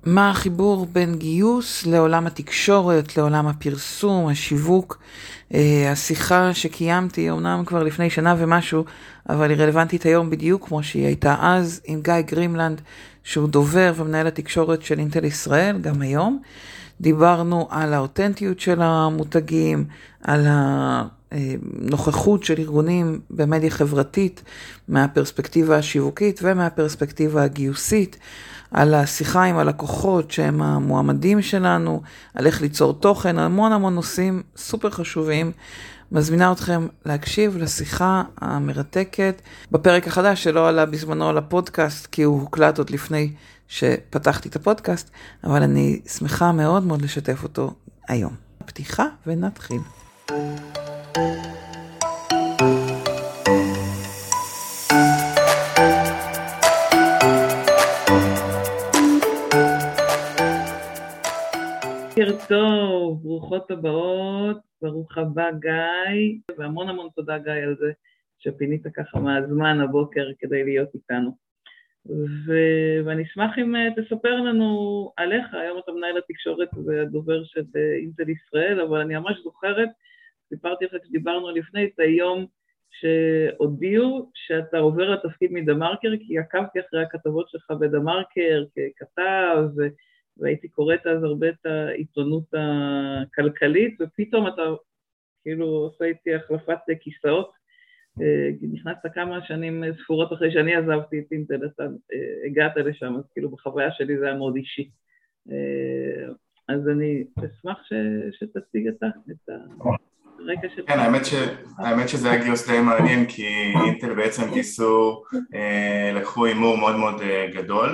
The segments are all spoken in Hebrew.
מה החיבור בין גיוס לעולם התקשורת, לעולם הפרסום, השיווק? השיחה שקיימתי, אומנם כבר לפני שנה ומשהו, אבל היא רלוונטית היום בדיוק כמו שהיא הייתה אז, עם גיא גרימלנד, שהוא דובר ומנהל התקשורת של אינטל ישראל, גם היום. דיברנו על האותנטיות של המותגים, על הנוכחות של ארגונים במדיה חברתית, מהפרספקטיבה השיווקית ומהפרספקטיבה הגיוסית, על השיחה עם הלקוחות שהם המועמדים שלנו, על איך ליצור תוכן, המון נושאים סופר חשובים. מזמינה אתכם להקשיב לשיחה המרתקת בפרק החדש שלא עלה בזמנו על הפודקאסט, כי הוא הוקלט עוד לפני שפתחתי את הפודקאסט, אבל אני שמחה מאוד לשתף אותו היום. פתיחה ונתחיל. בוקר טוב, ברוכות הבאות, ברוך הבא גיא, והמון תודה גיא על זה שפינית ככה מהזמן הבוקר כדי להיות איתנו. ואני אשמח אם תספר לנו עליך, היום אתה מנהל התקשורת והדובר של אינטל ישראל, אבל אני ממש זוכרת, סיפרתי לך כשדיברנו לפני את היום שהודיעו שאתה עובר לתפקיד מדמרקר, כי עקבתי אחרי הכתבות שלך בדמרקר ככתב, והייתי קוראת אז הרבה את העיתונות הכלכלית, ופתאום אתה כאילו עושה איתי החלפת כיסאות, נכנסת כמה שנים ספורות אחרי שאני עזבתי את אינטל, אתה הגעת לשם, אז כאילו בחוויה שלי זה היה מאוד אישי. אז אני אשמח שתציג את הרקע שלך. כן, האמת שזה היה גיוס די מעניין, כי אינטל בעצם גיסו, לקחו אימור מאוד גדול.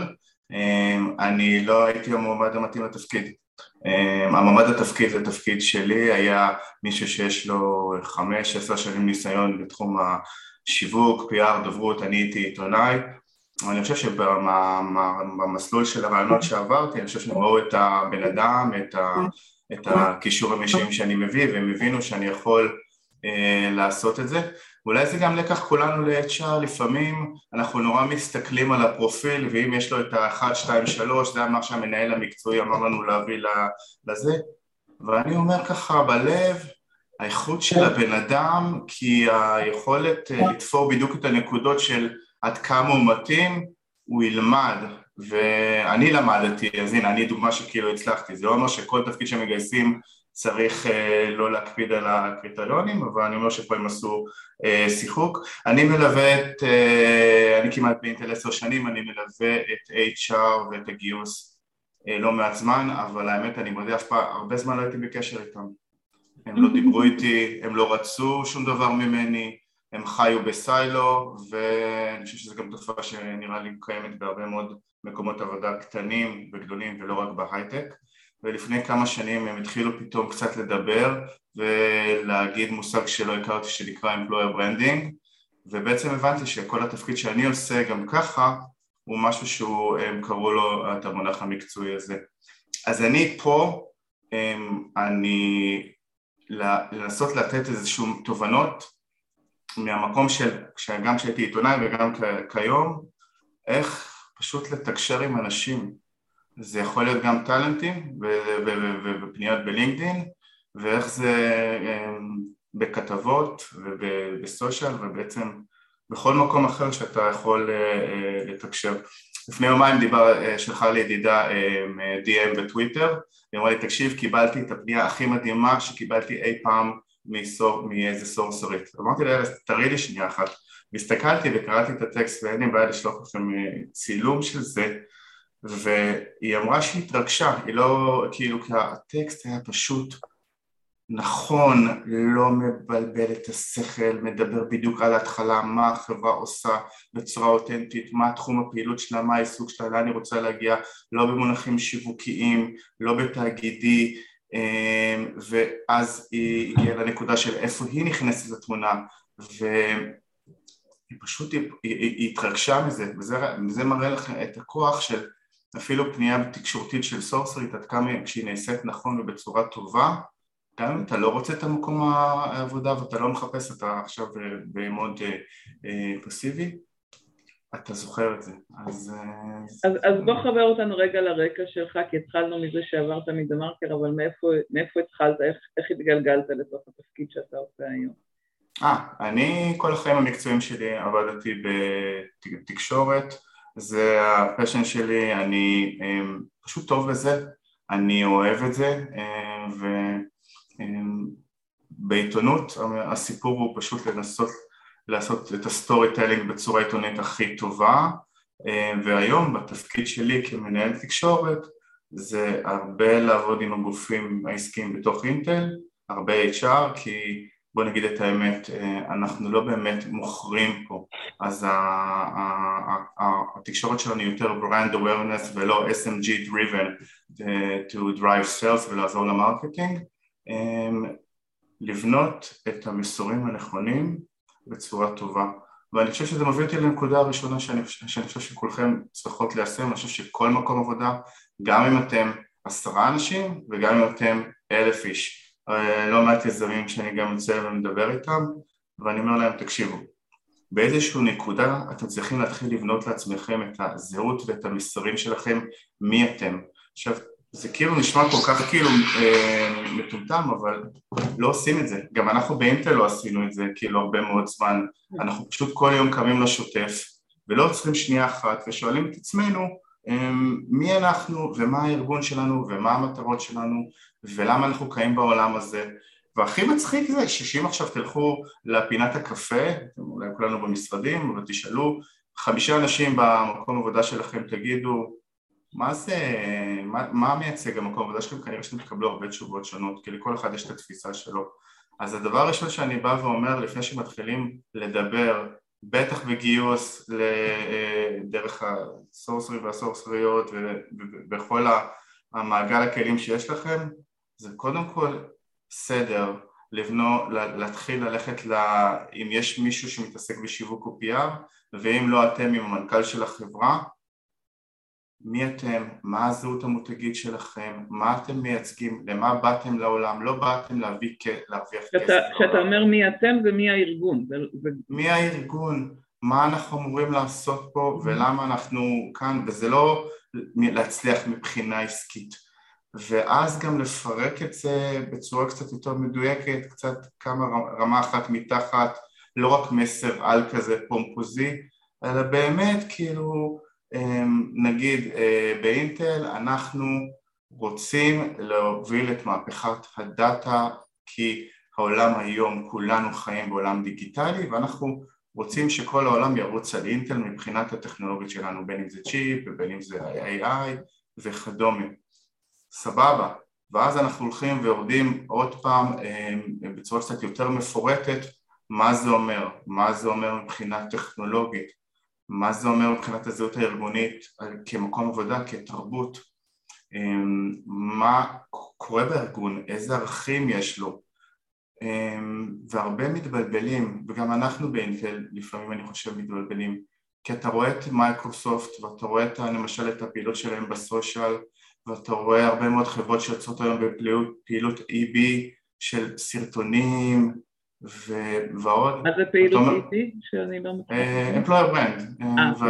אני לא הייתי המועמד המתאים לתפקיד. המועמד לתפקיד זה תפקיד שלי, היה מישהו שיש לו 5-10 שנים ניסיון בתחום השיווק, PR, דוברות, אני הייתי עיתונאי. אני חושב שבמסלול של הרעיונות שעברתי, אני חושב שהם ראו את הבן אדם, את הכישורים האישיים שאני מביא, והם הבינו שאני יכול לעשות את זה. אולי זה גם לקח כולנו ל-HR, לפעמים אנחנו נורא מסתכלים על הפרופיל, ואם יש לו את ה-1, 2, 3, זה מה שהמנהל המקצועי אמר לנו להביא לזה, ואני אומר ככה בלב, האיכות של הבן אדם, כי היכולת לתפור בדיוק את הנקודות של עד כמה הוא מתאים, הוא ילמד, ואני למדתי, אז הנה, אני דוגמה שכאילו הצלחתי, זה לא אומר שכל תפקיד שמגייסים צריך לא להקפיד על הקריטריונים, אבל אני אומר שפה הם עשו שיחוק. אני מלווה אני כמעט באינטל 10 שנים, אני מלווה את HR ואת הגיוס לא מעט זמן, אבל האמת אני מודה הרבה זמן לא הייתי בקשר איתם. הם לא דיברו איתי, הם לא רצו שום דבר ממני, הם חיו בסיילו, ואני חושב שזו גם תופעה שנראה לי קיימת בהרבה מאוד מקומות עבודה קטנים וגדולים ולא רק בהייטק. ולפני כמה שנים הם התחילו פתאום קצת לדבר ולהגיד מושג שלא הכרתי שנקרא Employer Branding, ובעצם הבנתי שכל התפקיד שאני עושה גם ככה הוא משהו הם קראו לו את המונח המקצועי הזה. אז אני פה, אני לנסות לתת איזשהו תובנות מהמקום גם שהייתי עיתונאי וגם כיום, איך פשוט לתקשר עם אנשים. זה יכול להיות גם טלנטים ופניות בלינקדין, ואיך זה בכתבות ובסושיאל, ובעצם בכל מקום אחר שאתה יכול לתקשר. לפני יומיים שלחה לי ידידה DM בטוויטר, היא אמרה לי, תקשיב, קיבלתי את הפנייה הכי מדהימה שקיבלתי אי פעם מאיזה סורסרית. אמרתי לה, תראי לי שנייה אחת, והסתכלתי וקראתי את הטקסט, ואין לי בעיה לשלוח לכם צילום של זה, והיא אמרה שהיא התרגשה, היא לא, כאילו, כי הטקסט היה פשוט נכון, לא מבלבל את השכל, מדבר בדיוק על ההתחלה, מה החברה עושה בצורה אותנטית, מה תחום הפעילות שלה, מה העיסוק שלה, לאן היא רוצה להגיע, לא במונחים שיווקיים, לא בתאגידי, ואז היא הגיעה לנקודה של איפה היא נכנסת לתמונה, והיא פשוט, היא התרגשה מזה, וזה מראה לכם את הכוח של אפילו פנייה תקשורתית של סורסרית, עד כמה כשהיא נעשית נכון ובצורה טובה, גם אם אתה לא רוצה את המקום העבודה ואתה לא מחפש, אתה עכשיו במוד פסיבי, אתה זוכר את זה. אז בוא חבר אותנו רגע לרקע שלך, כי התחלנו מזה שעברת מדה-מרקר, אבל מאיפה התחלת, איך התגלגלת לתוך התפקיד שאתה עושה היום? אני כל החיים המקצועיים שלי עבדתי בתקשורת, זה הפשן שלי, אני פשוט טוב בזה, אני אוהב את זה, ובעיתונות הסיפור הוא פשוט לנסות לעשות את הסטורי טיילינג בצורה עיתונית הכי טובה, והיום בתפקיד שלי כמנהל תקשורת זה הרבה לעבוד עם הגופים העסקיים בתוך אינטל, הרבה HR, כי בוא נגיד את האמת, אנחנו לא באמת מוכרים פה, אז התקשורת שלנו יותר brand awareness ולא SMG driven to drive sales ולעזור למרקטינג, לבנות את המסורים הנכונים בצורה טובה. ואני חושב שזה מביא אותי לנקודה הראשונה שאני חושב שכולכם צריכות ליישם. אני חושב שכל מקום עבודה, גם אם אתם 10 אנשים וגם אם אתם 1,000 איש, לא מעט יזמים שאני גם יוצא ומדבר איתם, ואני אומר להם, תקשיבו, באיזשהו נקודה אתם צריכים להתחיל לבנות לעצמכם את הזהות ואת המסרים שלכם, מי אתם. עכשיו, זה כאילו נשמע כל כך כאילו מטומטם, אבל לא עושים את זה. גם אנחנו באינטל לא עשינו את זה כאילו הרבה מאוד זמן. אנחנו פשוט כל יום קמים לשוטף, ולא עוצרים שנייה אחת, ושואלים את עצמנו מי אנחנו ומה הארגון שלנו ומה המטרות שלנו, ולמה אנחנו קיים בעולם הזה. והכי מצחיק זה שאם עכשיו תלכו לפינת הקפה, אולי כולנו במשרדים, ותשאלו 5 אנשים במקום עבודה שלכם, תגידו, מה זה, מה מייצג המקום עבודה שלכם? כנראה שאתם תקבלו הרבה תשובות שונות, כי לכל אחד יש את התפיסה שלו. אז הדבר הראשון שאני בא ואומר, לפני שמתחילים לדבר, בטח בגיוס דרך הסורסרים והסורסריות ובכל המעגל הכלים שיש לכם, זה קודם כל סדר, להתחיל ללכת אם יש מישהו שמתעסק בשיווק או PR, ואם לא אתם עם המנכ"ל של החברה, מי אתם, מה הזהות המותגית שלכם, מה אתם מייצגים, למה באתם לעולם, לא באתם להרוויח כסף. כשאתה אומר מי אתם זה מי הארגון. מי הארגון, מה אנחנו אמורים לעשות פה ולמה אנחנו כאן, וזה לא להצליח מבחינה עסקית. ואז גם לפרק את זה בצורה קצת יותר מדויקת, קצת כמה רמה אחת מתחת, לא רק מסר על כזה פומפוזי, אלא באמת כאילו נגיד באינטל אנחנו רוצים להוביל את מהפכת הדאטה, כי העולם היום כולנו חיים בעולם דיגיטלי, ואנחנו רוצים שכל העולם ירוץ על אינטל מבחינת הטכנולוגית שלנו, בין אם זה צ'יפ ובין אם זה AI וכדומה. סבבה, ואז אנחנו הולכים ויורדים עוד פעם בצורה קצת יותר מפורטת, מה זה אומר? מה זה אומר מבחינה טכנולוגית? מה זה אומר מבחינת הזהות הארגונית כמקום עבודה, כתרבות? מה קורה בארגון? איזה ערכים יש לו? והרבה מתבלבלים, וגם אנחנו באינטל לפעמים אני חושב מתבלבלים, כי אתה רואה את מייקרוסופט ואתה רואה למשל את הפעילות שלהם בסושיאל, ואתה רואה הרבה מאוד חברות שיוצאות היום בפעילות EB של סרטונים ועוד. מה זה פעילות EB? שאני לא מתחילה. Employer Brand.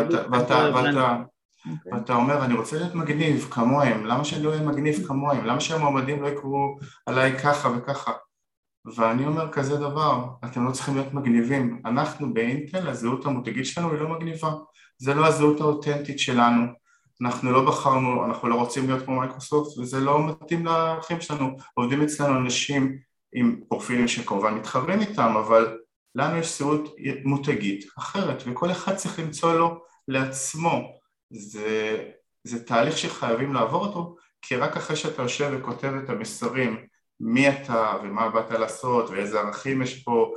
ואתה אומר, אני רוצה להיות מגניב כמוהם, למה שאני לא אהיה מגניב כמוהם? למה שהמועמדים לא יקראו עליי ככה וככה? ואני אומר כזה דבר, אתם לא צריכים להיות מגניבים. אנחנו באינטל, הזהות המותגית שלנו היא לא מגניבה. זה לא הזהות האותנטית שלנו. אנחנו לא בחרנו, אנחנו לא רוצים להיות כמו מייקרוסופט, וזה לא מתאים לערכים שלנו. עובדים אצלנו אנשים עם פרופילים שכמובן מתחברים איתם, אבל לנו יש זהות מותגית אחרת, וכל אחד צריך למצוא לו לעצמו. זה תהליך שחייבים לעבור אותו, כי רק אחרי שאתה יושב וכותב את המסרים, מי אתה ומה באת לעשות ואיזה ערכים יש פה,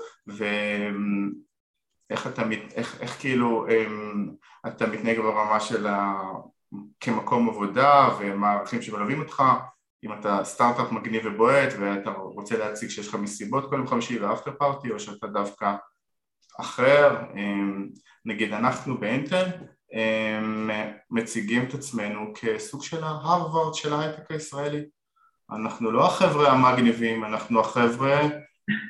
ואיך כאילו אתה מתנהג ברמה של כמקום עבודה ומה הערכים שמלווים אותך. אם אתה סטארט-אפ מגניב ובועט ואתה רוצה להציג שיש לך מסיבות כל יום חמישי ואפטר פארטי, או שאתה דווקא אחר. נגיד אנחנו באינטל מציגים את עצמנו כסוג של ההרווארד של ההייטק הישראלי. אנחנו לא החבר'ה המגניבים, אנחנו החבר'ה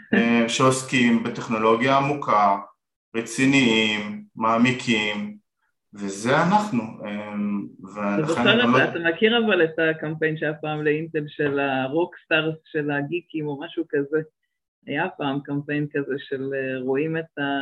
שעוסקים בטכנולוגיה עמוקה, רציניים, מעמיקים, וזה אנחנו, ובכלל אתה מכיר אבל את הקמפיין שהיה פעם לאינטל של הרוקסטארס של הגיקים או משהו כזה, היה פעם קמפיין כזה של רואים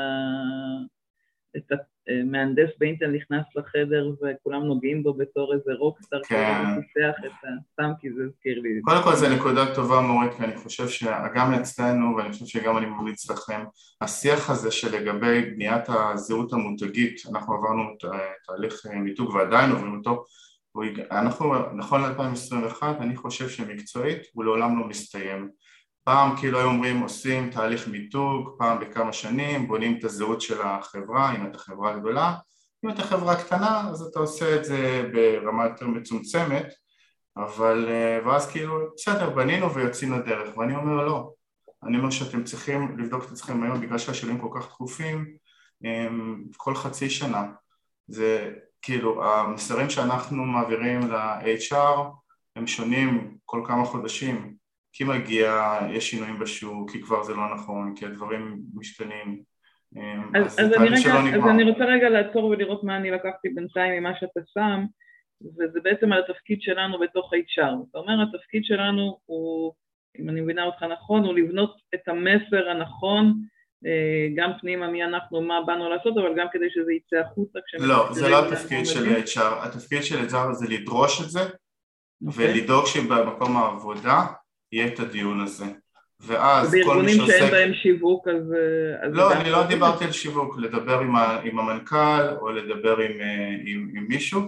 את המהנדס באינטל נכנס לחדר וכולם נוגעים בו בתור איזה רוקסטאר, כאילו פיתח את הסתם, כי זה הזכיר לי. קודם כל זה נקודה טובה מורית, כי אני חושב שגם אצלנו, ואני חושב שגם אני ממליץ לכם, השיח הזה שלגבי בניית הזהות המותגית, אנחנו עברנו תהליך מיתוג ועדיין עוברים אותו, אנחנו נכון ל-2021, אני חושב שמקצועית הוא לעולם לא מסתיים. פעם כאילו היו אומרים עושים תהליך מיתוג, פעם בכמה שנים, בונים את הזהות של החברה, אם אתה חברה גדולה, אם אתה חברה קטנה אז אתה עושה את זה ברמה יותר מצומצמת, אבל ואז כאילו בסדר, בנינו ויוצאים לדרך, ואני אומר לא, אני אומר שאתם צריכים לבדוק את עצמכם היום בגלל שהשאלים כל כך דחופים, כל חצי שנה, זה כאילו המסרים שאנחנו מעבירים ל-HR הם שונים כל כמה חודשים, כי מגיע, יש שינויים בשוק, כי כבר זה לא נכון, כי הדברים משתנים, אז אני רוצה רגע לעצור ולראות מה אני לקחתי בינתיים ממה שאתה שם, וזה בעצם על התפקיד שלנו בתוך HR. זאת אומרת, התפקיד שלנו הוא, אם אני מבינה אותך נכון, הוא לבנות את המסר הנכון, גם פנימה מי אנחנו, מה באנו לעשות, אבל גם כדי שזה יצא החוצה. לא, זה לא התפקיד של HR, התפקיד של HR זה לדרוש את זה, ולדאוג שבמקום העבודה יהיה את הדיון הזה. ואז בארגונים שאין בהם שיווק, אז... לא, אני לא דיברתי על שיווק, לדבר עם המנכ"ל, או לדבר עם מישהו,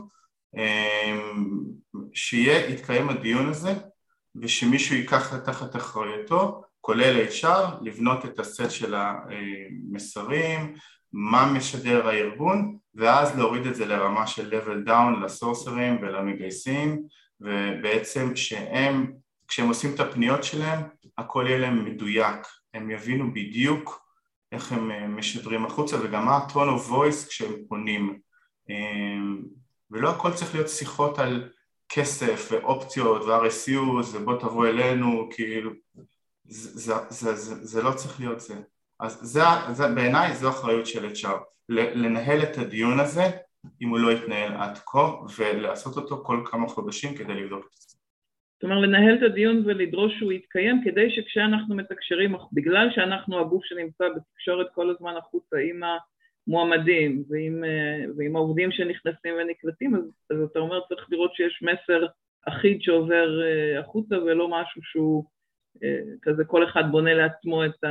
יתקיים הדיון הזה, ושמישהו ייקח תחת אחריותו, כולל HR, לבנות את הסט של המסרים, מה משדר הארגון, ואז להוריד את זה לרמה של level down לסורסרים ולמגייסים, ובעצם כשהם עושים את הפניות שלהם, הכל יהיה להם מדויק, הם יבינו בדיוק איך הם משדרים החוצה, וגם מה ה-tone of voice כשהם פונים, ולא הכל צריך להיות שיחות על כסף ואופציות ו-RSUs ובוא תבוא אלינו, כאילו, זה לא צריך להיות זה. אז בעיניי זו אחריות של HR, לנהל את הדיון הזה, אם הוא לא יתנהל עד כה, ולעשות אותו כל כמה חודשים כדי לבדוק את זה. זאת אומרת, לנהל את הדיון ולדרוש שהוא יתקיים, כדי שכשאנחנו מתקשרים, בגלל שאנחנו הגוף שנמצא בתקשורת כל הזמן החוצה עם המועמדים ועם העובדים שנכנסים ונקלטים, אז אתה אומר צריך לראות שיש מסר אחיד שעובר החוצה, ולא משהו שהוא כזה כל אחד בונה לעצמו את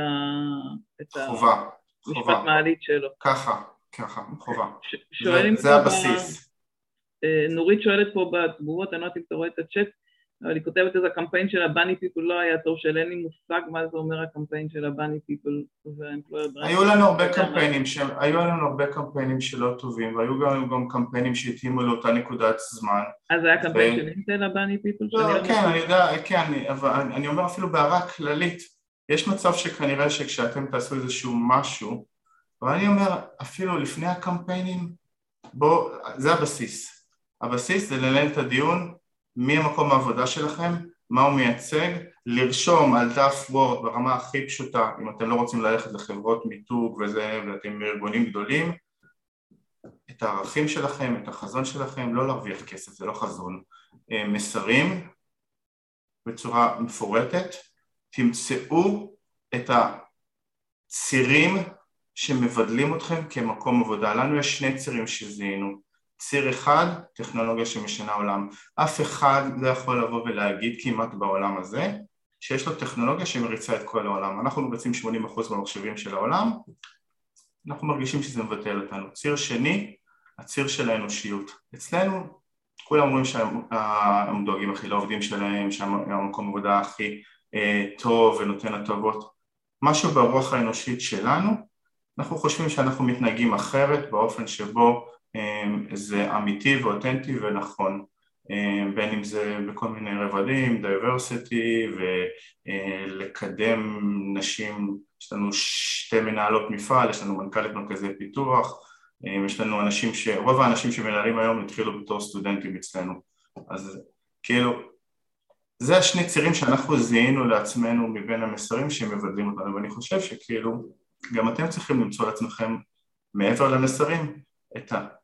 המשפט מעלית שלו. ככה, חובה. זה הבסיס. נורית שואלת פה בתגובות, אני לא יודעת אם אתה רואה את הצ'אט, אבל היא כותבת איזה הקמפיין של הבאני פיפול לא היה טוב, שאין לי מושג מה זה אומר הקמפיין של הבאני פיפול. היו לנו הרבה קמפיינים שלא טובים, והיו גם קמפיינים שהתאימו לאותה נקודת זמן. אז היה קמפיין של אינטל הבאני פיפול? כן, אני יודע, אבל אני אומר אפילו בהערה כללית, יש מצב שכנראה שכשאתם תעשו איזשהו משהו, אבל אני אומר אפילו לפני הקמפיינים, זה הבסיס. הבסיס זה לנהל את הדיון, מי המקום העבודה שלכם, מה הוא מייצג, לרשום על דף וורד ברמה הכי פשוטה, אם אתם לא רוצים ללכת לחברות מיתוג וזה, ואתם ארגונים גדולים, את הערכים שלכם, את החזון שלכם, לא להרוויח כסף, זה לא חזון, מסרים בצורה מפורטת, תמצאו את הצירים שמבדלים אתכם כמקום עבודה. לנו יש שני צירים שזיהינו, ציר אחד, טכנולוגיה שמשנה עולם. אף אחד לא יכול לבוא ולהגיד כמעט בעולם הזה, שיש לו טכנולוגיה שמריצה את כל העולם. אנחנו מבצעים 80% במחשבים של העולם, אנחנו מרגישים שזה מבטל אותנו. ציר שני, הציר של האנושיות. אצלנו, כולם אומרים שהם דואגים הכי לעובדים שלהם, שהמקום עבודה הכי טוב ונותן הטובות. משהו ברוח האנושית שלנו, אנחנו חושבים שאנחנו מתנהגים אחרת באופן שבו זה אמיתי ואותנטי ונכון, בין אם זה בכל מיני רבדים, diversity ולקדם נשים, יש לנו 2 מנהלות מפעל, יש לנו מנכ"לית מרכזי פיתוח, יש לנו אנשים רוב האנשים שמנהלים היום התחילו בתור סטודנטים אצלנו, אז כאילו זה השני צירים שאנחנו זיהינו לעצמנו מבין המסרים שמבדלים אותנו, ואני חושב שכאילו גם אתם צריכים למצוא לעצמכם מעבר למסרים את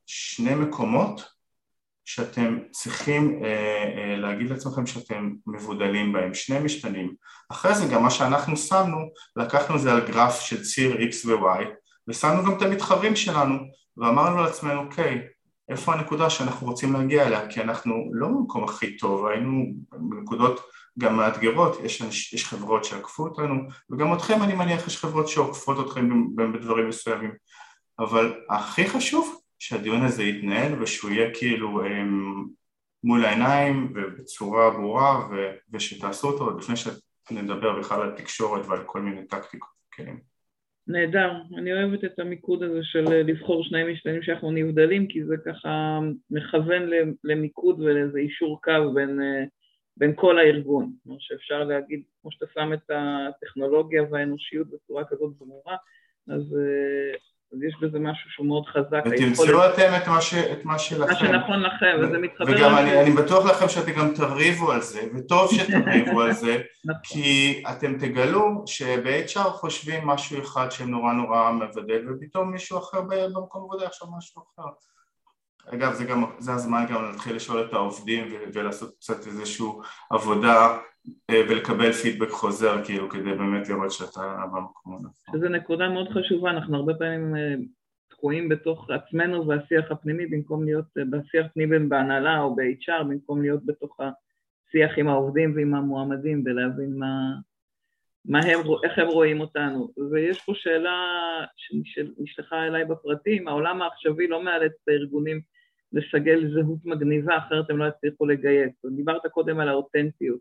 שני מקומות שאתם צריכים להגיד לעצמכם שאתם מבודלים בהם, שני משתנים. אחרי זה גם מה שאנחנו שמנו, לקחנו זה על גרף של ציר X ו-Y, ושמנו גם את המתחרים שלנו, ואמרנו לעצמנו, אוקיי, איפה הנקודה שאנחנו רוצים להגיע אליה, כי אנחנו לא במקום הכי טוב, היינו בנקודות גם מאתגרות, יש חברות שעקפו אותנו, וגם אתכם אני מניח יש חברות שעוקפות אתכם בדברים מסוימים, אבל הכי חשוב, שהדיון הזה יתנהל ושהוא יהיה כאילו מול העיניים ובצורה ברורה ושתעשו אותו לפני שנדבר בכלל על תקשורת ועל כל מיני טקטיקות כלים. נהדר, אני אוהבת את המיקוד הזה של לבחור שני משתנים שאנחנו נבדלים, כי זה ככה מכוון למיקוד ולאיזה אישור קו בין כל הארגון, כמו שאפשר להגיד, כמו שאתה שם את הטכנולוגיה והאנושיות בצורה כזאת ברורה, אז יש בזה משהו שהוא מאוד חזק. ותמצאו אתם את מה שלכם. מה שנכון לכם, וזה מתחבר. וגם אני בטוח לכם שאתם גם תריבו על זה, וטוב שתריבו על זה, כי אתם תגלו שב-HR חושבים משהו אחד שהם נורא נורא מבדל, ופתאום מישהו אחר במקום עבודה עכשיו משהו אחר. אגב, זה הזמן גם להתחיל לשאול את העובדים ולעשות קצת איזושהי עבודה ולקבל פידבק חוזר, כאילו, כדי באמת לראות שאתה במקום הנכון. שזו נקודה מאוד חשובה, אנחנו הרבה פעמים תקועים בתוך עצמנו והשיח הפנימי, במקום להיות בשיח פנימי בהנהלה או ב-HR, במקום להיות בתוך השיח עם העובדים ועם המועמדים, ולהבין איך הם רואים אותנו. ויש פה שאלה שנשלחה אליי בפרטים, העולם העכשווי לא מאלץ את הארגונים לסגל זהות מגניבה, אחרת הם לא יצליחו לגייס. דיברת קודם על האותנטיות.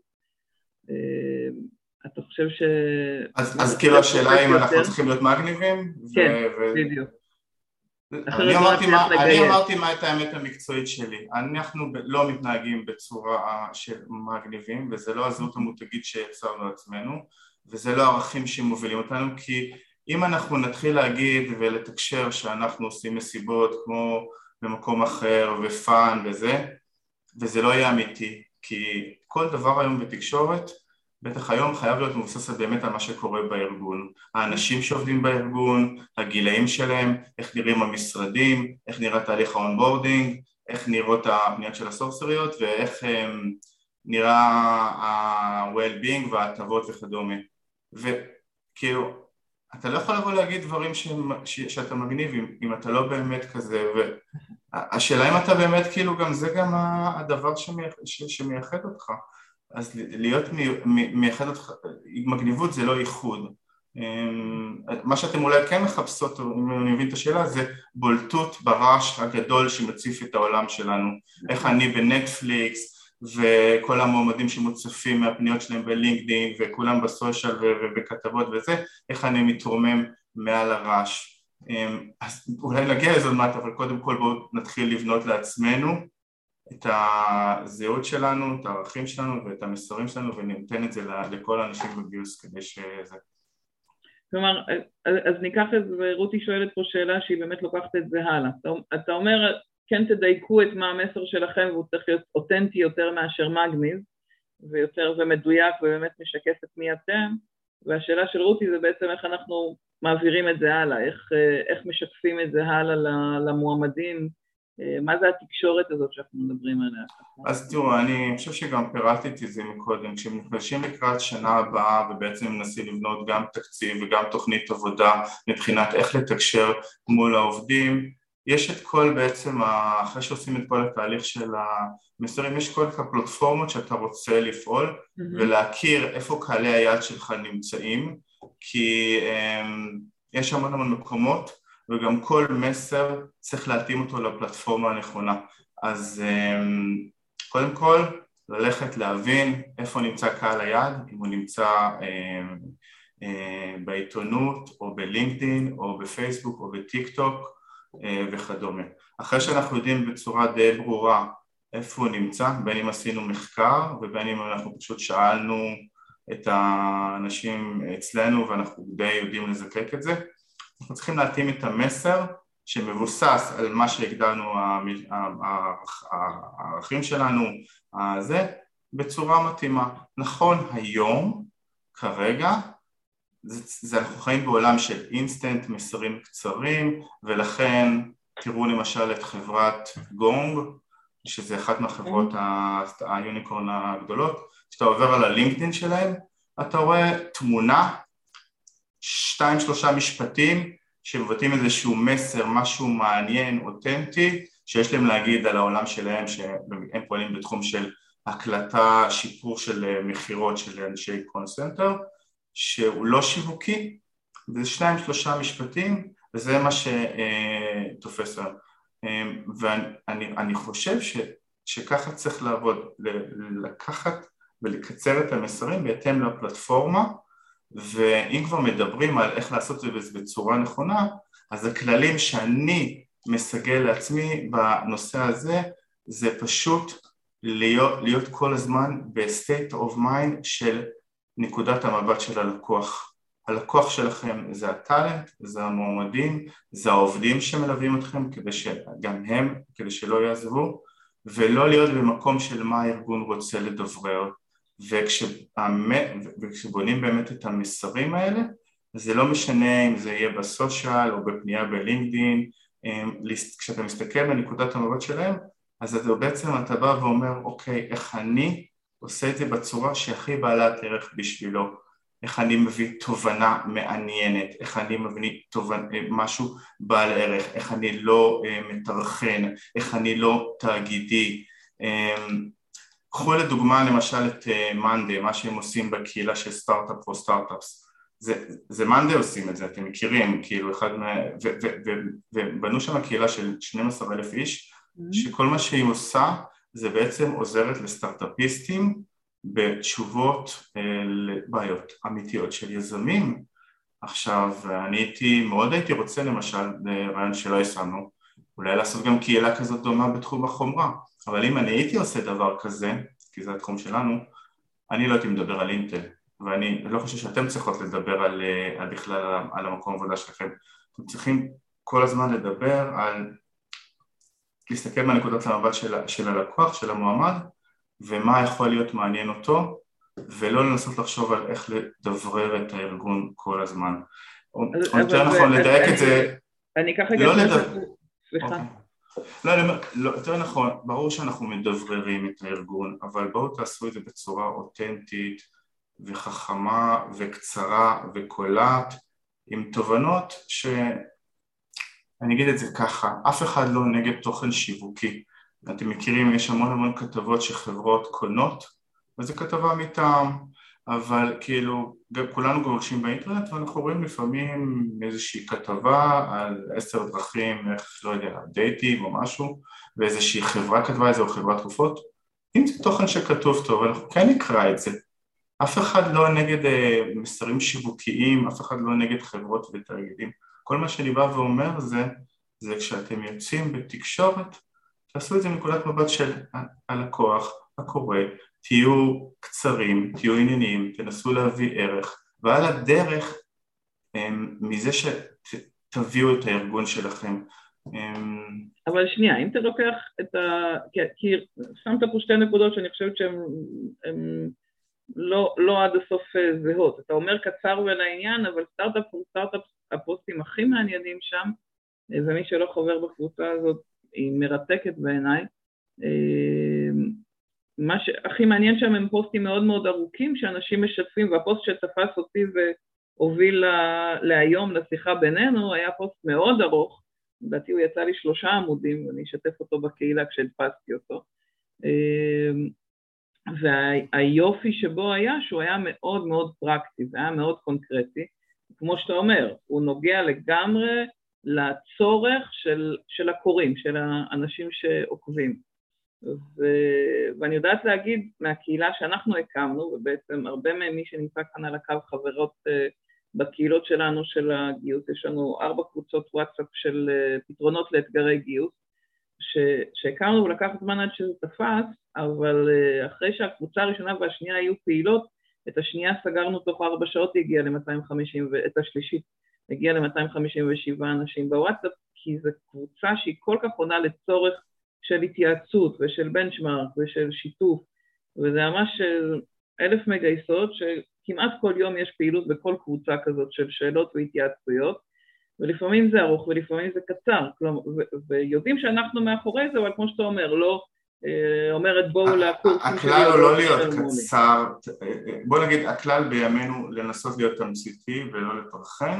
אתה חושב ש... אז כאילו השאלה אם אנחנו צריכים להיות מגניבים? כן, בדיוק. אני אמרתי מה את האמת המקצועית שלי. אנחנו לא מתנהגים בצורה של מגניבים, וזה לא הזהות המותגית שיצרנו לעצמנו, וזה לא ערכים שמובילים אותנו, כי אם אנחנו נתחיל להגיד ולתקשר שאנחנו עושים מסיבות כמו במקום אחר ופאן וזה לא יהיה אמיתי, כי כל דבר היום בתקשורת, בטח היום חייב להיות מבוסס באמת על מה שקורה בארגון. האנשים שעובדים בארגון, הגילאים שלהם, איך נראים המשרדים, איך נראה תהליך האונבורדינג, איך נראות הפניות של הסורסריות, ואיך נראה ה-well-being וההטבות וכדומה. וכאילו, אתה לא יכול לבוא להגיד דברים שאתה מגניב אם אתה לא באמת כזה, והשאלה אם אתה באמת כאילו גם זה גם הדבר שמייחד אותך. אז להיות מייחד אותך, מגניבות זה לא ייחוד. מה שאתם אולי כן מחפשות, אם אני מבין את השאלה, זה בולטות ברעש הגדול שמציף את העולם שלנו. איך אני בנטפליקס וכל המועמדים שמוצפים מהפניות שלהם בלינקדאין וכולם בסושיאל ובכתבות וזה, איך אני מתרומם מעל הרעש. אז אולי נגיע לזה עוד מעט, אבל קודם כל בואו נתחיל לבנות לעצמנו את הזהות שלנו, את הערכים שלנו ואת המסרים שלנו, וניתן את זה לכל האנשים בגיוס כדי שזה... כלומר, אז ניקח את זה, ורותי שואלת פה שאלה שהיא באמת לוקחת את זה הלאה. אתה אומר, כן תדייקו את מה המסר שלכם, והוא צריך להיות אותנטי יותר מאשר מגניב, ויותר ומדויק ובאמת משקף את מי אתם, והשאלה של רותי זה בעצם איך אנחנו מעבירים את זה הלאה, איך משקפים את זה הלאה למועמדים, מה זה התקשורת הזאת שאנחנו מדברים עליה? אז תראו, אני חושב שגם פירטתי את זה מקודם, כשמתפגשים לקראת שנה הבאה ובעצם מנסים לבנות גם תקציב וגם תוכנית עבודה מבחינת איך לתקשר מול העובדים, יש את כל בעצם, אחרי שעושים את כל התהליך של המסרים, יש כל הפלטפורמות שאתה רוצה לפעול ולהכיר איפה קהלי היעד שלך נמצאים, כי יש המון מקומות, וגם כל מסר צריך להתאים אותו לפלטפורמה הנכונה. אז קודם כל, ללכת להבין איפה נמצא קהל היעד, אם הוא נמצא בעיתונות או בלינקדאין או בפייסבוק או בטיק טוק וכדומה. אחרי שאנחנו יודעים בצורה די ברורה איפה הוא נמצא, בין אם עשינו מחקר ובין אם אנחנו פשוט שאלנו את האנשים אצלנו ואנחנו די יודעים לזקק את זה, אנחנו צריכים להתאים את המסר שמבוסס על מה שהגדרנו הערכים שלנו, בצורה מתאימה. נכון, היום, כרגע, אנחנו חיים בעולם של אינסטנט, מסרים קצרים, ולכן תראו למשל את חברת גונג, שזה אחת מהחברות היוניקורן הגדולות, כשאתה עובר על הלינקדין שלהם, אתה רואה תמונה, 2-3 משפטים שמבטאים איזשהו מסר, משהו מעניין, אותנטי, שיש להם להגיד על העולם שלהם, שהם פועלים בתחום של הקלטה, שיפור של מחירות של אנשי קונסנטר, שהוא לא שיווקי, זה 2-3 משפטים, וזה מה שתופס היום. ואני חושב שככה צריך לעבוד, לקחת ולקצר את המסרים בהתאם לפלטפורמה, ואם כבר מדברים על איך לעשות את זה בצורה נכונה, אז הכללים שאני מסגל לעצמי בנושא הזה, זה פשוט להיות כל הזמן ב-state of mind של נקודת המבט של הלקוח. הלקוח שלכם זה הטלנט, זה המועמדים, זה העובדים שמלווים אתכם כדי שגם הם, כדי שלא יעזבו, ולא להיות במקום של מה הארגון רוצה לדברר. וכשבונים באמת את המסרים האלה, זה לא משנה אם זה יהיה בסושיאל או בפנייה בלינקדין, כשאתה מסתכל בנקודת המבט שלהם, אז בעצם אתה בא ואומר, אוקיי, איך אני עושה את זה בצורה שהכי בעלת ערך בשבילו, איך אני מביא תובנה מעניינת, איך אני מביא משהו בעל ערך, איך אני לא מתרחן, איך אני לא תאגידי. קחו לדוגמה למשל את מנדי, מה שהם עושים בקהילה של סטארט-אפ או סטארט-אפס. זה מנדי עושים את זה, אתם מכירים, כאילו ובנו שם קהילה של 12,000 איש, שכל מה שהיא עושה זה בעצם עוזרת לסטארט-אפיסטים בתשובות לבעיות אמיתיות של יזמים. עכשיו, מאוד הייתי רוצה למשל, רעיון שלא ישמנו, אולי לעשות גם קהילה כזאת דומה בתחום החומרה, אבל אם אני הייתי עושה דבר כזה, כי זה התחום שלנו, אני לא הייתי מדבר על אינטל, ואני לא חושב שאתם צריכות לדבר בכלל על המקום עבודה שלכם. אתם צריכים כל הזמן לדבר על, להסתכל מהנקודת המבט של הלקוח, של המועמד, ומה יכול להיות מעניין אותו, ולא לנסות לחשוב על איך לדברר את הארגון כל הזמן. או יותר נכון, לדייק את זה, אני ככה לא לדבר, סליחה. לא, יותר נכון, ברור שאנחנו מדבררים את הארגון, אבל בואו תעשו את זה בצורה אותנטית וחכמה וקצרה וקולעת, עם תובנות אני אגיד את זה ככה, אף אחד לא נגד תוכן שיווקי. אתם מכירים, יש המון כתבות שחברות קונות, וזו כתבה מטעם, אבל כאילו כולנו גולשים באינטרנט, ואנחנו רואים לפעמים איזושהי כתבה על 10 דרכים, איך לא יודע, דייטים או משהו, ואיזושהי חברה כתבה איזה או חברת תרופות. אם זה תוכן שכתוב טוב, אנחנו כן נקרא את זה. אף אחד לא נגד מסרים שיווקיים, אף אחד לא נגד חברות ותאגידים. כל מה שאני בא ואומר זה כשאתם יוצאים בתקשורת, תעשו את זה מנקודת מבט של הלקוח, הקורא, תהיו קצרים, תהיו ענייניים, תנסו להביא ערך, ועל הדרך מזה שתביאו את הארגון שלכם. אבל שנייה, אם אתה לוקח את כי שמת פה 2 נקודות שאני חושבת שהן לא עד הסוף זהות. אתה אומר קצר ולעניין, אבל סטארט-אפ הפוסטים הכי מעניינים שם, ומי שלא חובר בקבוצה הזאת היא מרתקת בעיניי. מה שהכי מעניין שם הם פוסטים מאוד מאוד ארוכים שאנשים משתפים, והפוסט שתפס אותי והוביל להיום לשיחה בינינו היה פוסט מאוד ארוך, לדעתי הוא יצא לי 3 עמודים ואני אשתף אותו בקהילה כשהדפסתי אותו. והיופי שבו היה שהוא היה מאוד מאוד פרקטי, זה היה מאוד קונקרטי, כמו שאתה אומר, הוא נוגע לגמרי לצורך של הקוראים, של האנשים שעוקבים. ואני יודעת להגיד מהקהילה שאנחנו הקמנו, ובעצם הרבה ממי שנמצא כאן על הקו חברות בקהילות שלנו של הגיוס, יש לנו 4 קבוצות וואטסאפ של פתרונות לאתגרי גיוס, שהקמנו ולקח זמן עד שזה תפס, אבל אחרי שהקבוצה הראשונה והשנייה היו פעילות, את השנייה סגרנו תוך 4 שעות, הגיעה ל-250, ואת השלישית הגיעה ל-257 אנשים בוואטסאפ, כי זו קבוצה שהיא כל כך עונה לצורך של התייעצות ושל בנצ'מארק ושל שיתוף, וזה ממש 1,000 מגייסות, שכמעט כל יום יש פעילות בכל קבוצה כזאת של שאלות והתייעצויות, ולפעמים זה ארוך ולפעמים זה קצר, כלומר, ויודעים שאנחנו מאחורי זה, אבל כמו שאתה אומר, לא אומרת בואו לקורסים שלי. הכלל הוא לא להיות קצר, בוא נגיד, הכלל בימינו לנסות להיות תמציתי ולא לפרחן,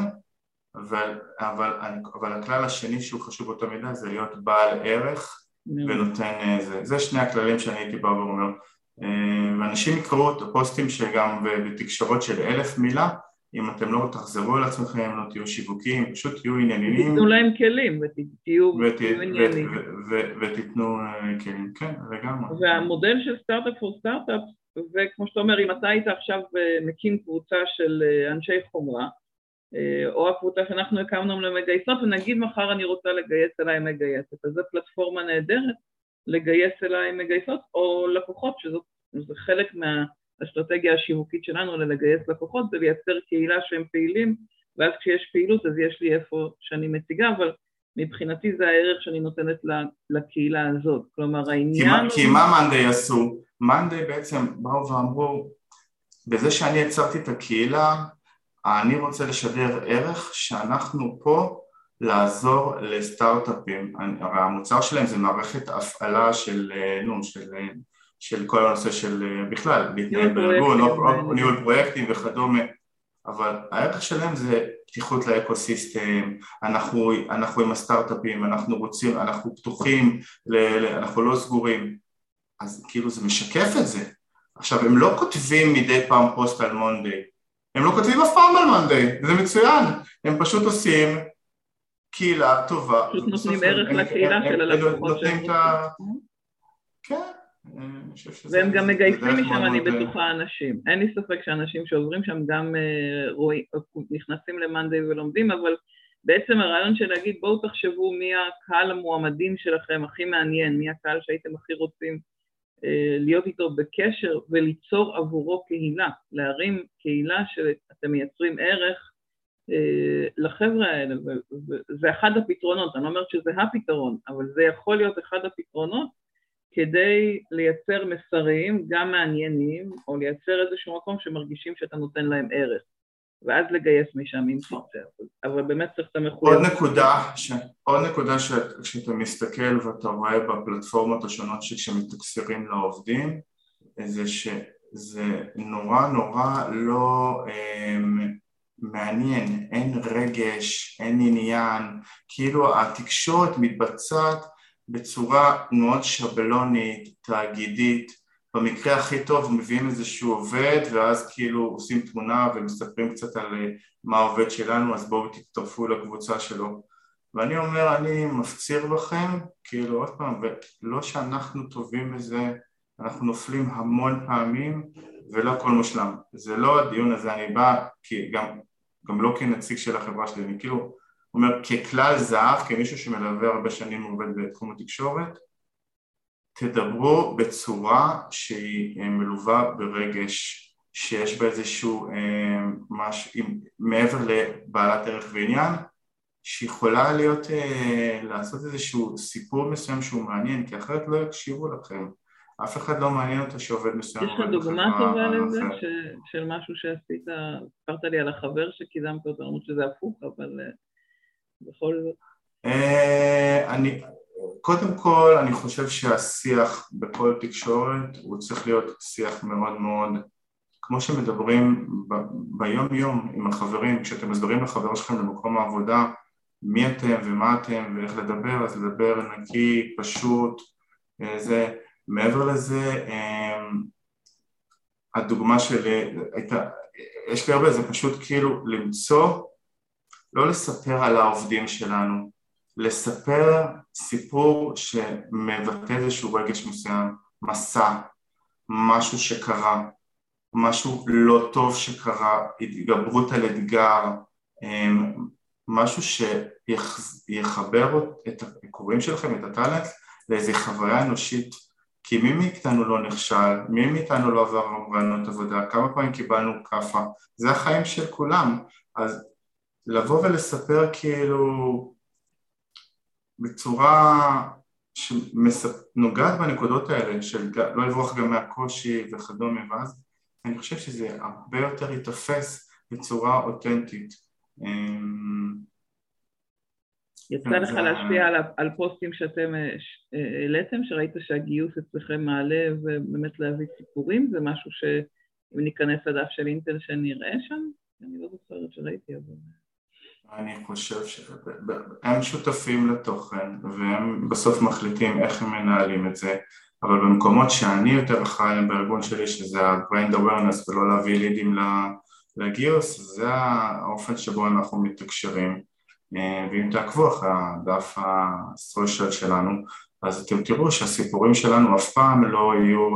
אבל הכלל השני שהוא חשוב באותה מידה זה להיות בעל ערך ונותן זה. זה שני הכללים שאני הייתי בא ואומר. ואנשים יקראו את הפוסטים שגם בתקשורות של 1000 מילה, אם אתם לא תחזרו על עצמכם, לא תהיו שיווקים, פשוט תהיו ענייניים. תיתנו להם כלים ותהיו עניינים. ותיתנו כלים, כן, לגמרי. והמודל של סטארט-אפ פור סטארט-אפ, וכמו שאתה אומר, אם אתה היית עכשיו מקים קבוצה של אנשי חומרה, או הקבוצה שאנחנו הקמנו למגייסות, ונגיד מחר אני רוצה לגייס אליי מגייסת, אז זו פלטפורמה נהדרת לגייס אליי מגייסות, או לקוחות, שזה חלק מהאסטרטגיה השיווקית שלנו לגייס לקוחות, זה לייצר קהילה שהם פעילים, ואז כשיש פעילות אז יש לי איפה שאני מציגה, אבל מבחינתי זה הערך שאני נותנת לקהילה הזאת, כלומר העניין... כי מה מאנדיי עשו? מאנדיי בעצם באו ואמרו, בזה שאני יצרתי את הקהילה, אני רוצה לשדר ערך שאנחנו פה לעזור לסטארט-אפים, הרי המוצר שלהם זה מערכת הפעלה של כל הנושא של בכלל, להתנהל בארגון, ניהול פרויקטים וכדומה, אבל הערך שלהם זה פתיחות לאקוסיסטם, אנחנו עם הסטארט-אפים, אנחנו פתוחים, אנחנו לא סגורים, אז כאילו זה משקף את זה. עכשיו הם לא כותבים מדי פעם פוסט על מונדיי, הם לא כותבים אף פעם על מונדיי, זה מצוין, הם פשוט עושים קהילה טובה. פשוט נותנים ערך לקהילה של הלקוחות שהם רוצים. כן. והם גם מגייסים משם, אני בטוחה אנשים. אין לי ספק שאנשים שעוברים שם גם נכנסים למונדיי ולומדים, אבל בעצם הרעיון של להגיד בואו תחשבו מי הקהל המועמדים שלכם הכי מעניין, מי הקהל שהייתם הכי רוצים להיות איתו בקשר וליצור עבורו קהילה, להרים קהילה שאתם מייצרים ערך לחבר'ה האלה, וזה אחד הפתרונות, אני לא אומרת שזה הפתרון, אבל זה יכול להיות אחד הפתרונות כדי לייצר מסרים גם מעניינים, או לייצר איזשהו מקום שמרגישים שאתה נותן להם ערך, ואז לגייס משם עם פיצר, אבל באמת צריך את המחויב. עוד נקודה שאתה מסתכל ואתה רואה בפלטפורמות השונות שכשמתקשרים לעובדים, זה שזה נורא לא מעניין, אין רגש, אין עניין, כאילו התקשורת מתבצעת בצורה מאוד שבלונית, תאגידית, במקרה הכי טוב מביאים איזשהו עובד ואז כאילו עושים תמונה ומספרים קצת על מה העובד שלנו, אז בואו תצטרפו לקבוצה שלו. ואני אומר, אני מפציר בכם, כאילו עוד פעם, ולא שאנחנו טובים בזה, אנחנו נופלים המון פעמים ולא הכל מושלם. זה לא הדיון הזה, אני בא, גם לא כנציג של החברה שלי, אני כאילו אומר, ככלל זהב, כמישהו שמלווה הרבה שנים עובד בתחום התקשורת, תדברו בצורה שהיא מלווה ברגש, שיש בה איזשהו משהו, מעבר לבעלת ערך ועניין, שיכולה להיות, לעשות איזשהו סיפור מסוים שהוא מעניין, כי אחרת לא יקשיבו לכם. אף אחד לא מעניין אותה שעובד מסוים. יש לך דוגמה טובה לזה, של משהו שעשית, ספרת לי על החבר שקידמת אותו, למרות שזה הפוך, אבל בכל זאת. קודם כל, אני חושב שהשיח בכל תקשורת הוא צריך להיות שיח מאוד מאוד, כמו שמדברים ביום יום עם החברים, כשאתם מסבירים לחבר שלכם למקום העבודה, מי אתם ומה אתם ואיך לדבר, אז לדבר נקי, פשוט, זה, מעבר לזה, הדוגמה שלי הייתה, יש לי הרבה, זה פשוט כאילו למצוא, לא לספר על העובדים שלנו, לספר סיפור שמבטא איזשהו רגש מסוים, מסע, משהו שקרה, משהו לא טוב שקרה, התגברות על אתגר, משהו שיחבר את הקוראים שלכם, את הטלנט, לאיזו חוויה אנושית, כי מי מאיתנו לא נכשל, מי מאיתנו לא עבר רעיונות עבודה, כמה פעמים קיבלנו כפה, זה החיים של כולם, אז לבוא ולספר כאילו בצורה שנוגעת בנקודות האלה, של לא לברוח גם מהקושי וכדומה, ואז אני חושב שזה הרבה יותר יתפס בצורה אותנטית. יצא לך להשפיע על פוסטים שאתם העליתם, שראית שהגיוס אצלכם מעלה ובאמת להביא סיפורים? זה משהו שאם ניכנס לדף של אינטל שנראה שם? אני לא זוכרת שראיתי, אבל... אני חושב שהם שותפים לתוכן, והם בסוף מחליטים איך הם מנהלים את זה, אבל במקומות שאני יותר אחראי בארגון שלי, שזה ה-Brand Awareness ולא להביא לידים לגיוס, זה האופן שבו אנחנו מתקשרים. ואם תעקבו אחרי הדף הסושיאל שלנו, אז אתם תראו שהסיפורים שלנו אף פעם לא יהיו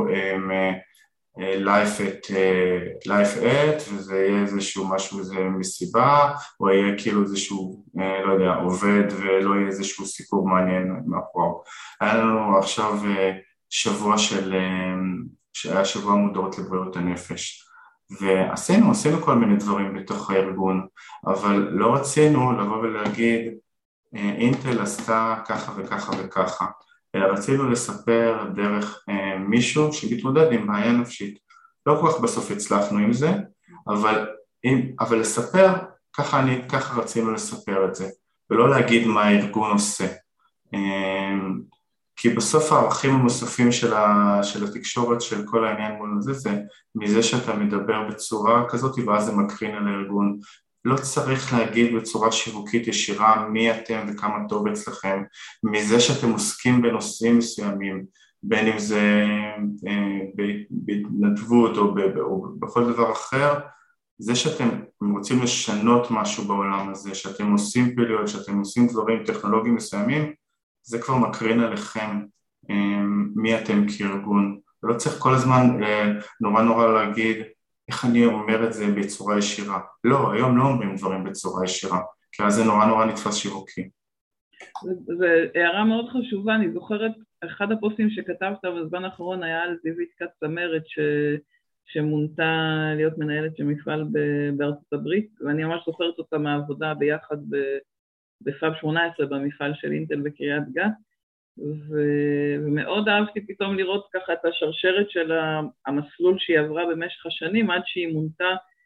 life at, וזה יהיה איזשהו משהו, איזה מסיבה, או יהיה כאילו איזשהו, לא יודע, עובד, ולא יהיה איזשהו סיפור מעניין מאחוריו. היה לנו עכשיו שבוע שהיה שבוע מודעות לבריאות הנפש, ועשינו כל מיני דברים בתוך הארגון, אבל לא רצינו לבוא ולהגיד, אינטל עשתה ככה וככה וככה, אלא רצינו לספר דרך מישהו שמתמודד עם בעיה נפשית. לא כל כך בסוף הצלחנו עם זה, אבל לספר, ככה רצינו לספר את זה, ולא להגיד מה הארגון עושה. כי בסוף הערכים המוספים של התקשורת של כל העניין מול זה מזה שאתה מדבר בצורה כזאת, ואז זה מקרין על הארגון. לא צריך להגיד בצורה שיווקית ישירה מי אתם וכמה טוב אצלכם, מזה שאתם עוסקים בנושאים מסוימים, בין אם זה בהתנדבות או בכל דבר אחר, זה שאתם רוצים לשנות משהו בעולם הזה, שאתם עושים פעילויות, שאתם עושים דברים טכנולוגיים מסוימים, זה כבר מקרין עליכם מי אתם כארגון. לא צריך כל הזמן נורא להגיד איך אני אומר את זה בצורה ישירה. לא, היום לא אומרים דברים בצורה ישירה, כי אז זה נורא נתפס שיווקי. זו הערה מאוד חשובה, אני זוכרת, אחד הפוסטים שכתבת בזמן האחרון היה על זיווית כץ-צמרת שמונתה להיות מנהלת של מפעל בארצות הברית, ואני ממש זוכרת אותה מהעבודה ביחד בפאב 18 במפעל של אינטל בקריית גת, ומאוד אהבתי פתאום לראות ככה את השרשרת של המסלול שהיא עברה במשך השנים, עד שהיא מונתה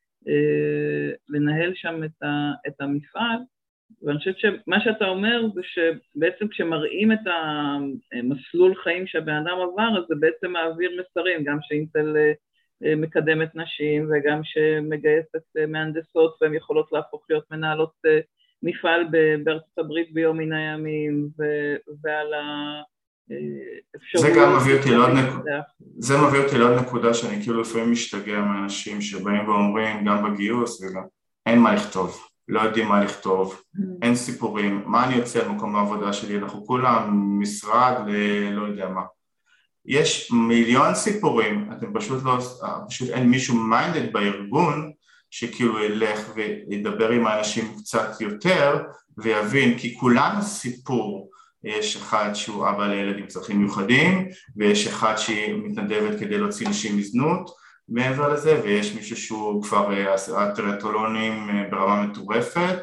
לנהל שם את המפעל, ואני חושבת שמה שאתה אומר זה שבעצם כשמראים את המסלול חיים שהבן אדם עבר, אז זה בעצם מעביר מסרים, גם שאינטל מקדמת נשים, וגם שמגייסת מהנדסות, והן יכולות להפוך להיות מנהלות מפעל בארצות הברית ביום מן הימים, ועל האפשרות... זה מביא אותי לעוד נקודה שאני כאילו לפעמים משתגע מאנשים שבאים ואומרים גם בגיוס וגם אין מה לכתוב, לא יודעים מה לכתוב, אין סיפורים, מה אני יוצא במקום העבודה שלי, אנחנו כולם משרד לא יודע מה. יש מיליון סיפורים, אתם פשוט אין מישהו מיינדד בארגון שכאילו ילך וידבר עם האנשים קצת יותר ויבין, כי כולנו סיפור, יש אחד שהוא אבא לילד עם צרכים מיוחדים, ויש אחד שהיא מתנדבת כדי להוציא נשים מזנות מעבר לזה, ויש מישהו שהוא כבר טריאטלונים ברמה מטורפת,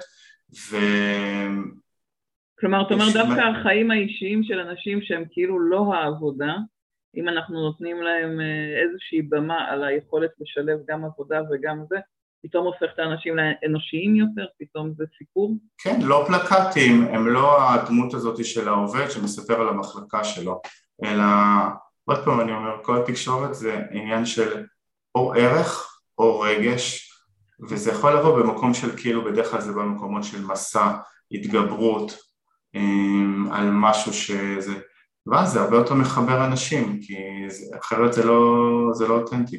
כלומר, אתה אומר דווקא החיים האישיים של אנשים שהם כאילו לא העבודה, אם אנחנו נותנים להם איזושהי במה על היכולת לשלב גם עבודה וגם זה, פתאום הופך את האנשים לאנושיים יותר, פתאום זה סיפור? כן, לא פלקטים, הם לא הדמות הזאת של העובד שמספר על המחלקה שלו, אלא, עוד פעם אני אומר, כל התקשורת זה עניין של או ערך או רגש, וזה יכול לבוא במקום של כאילו, בדרך כלל זה במקומות של מסע, התגברות, על משהו שזה, ואז זה הרבה יותר מחבר אנשים, כי אחרת זה לא אותנטי.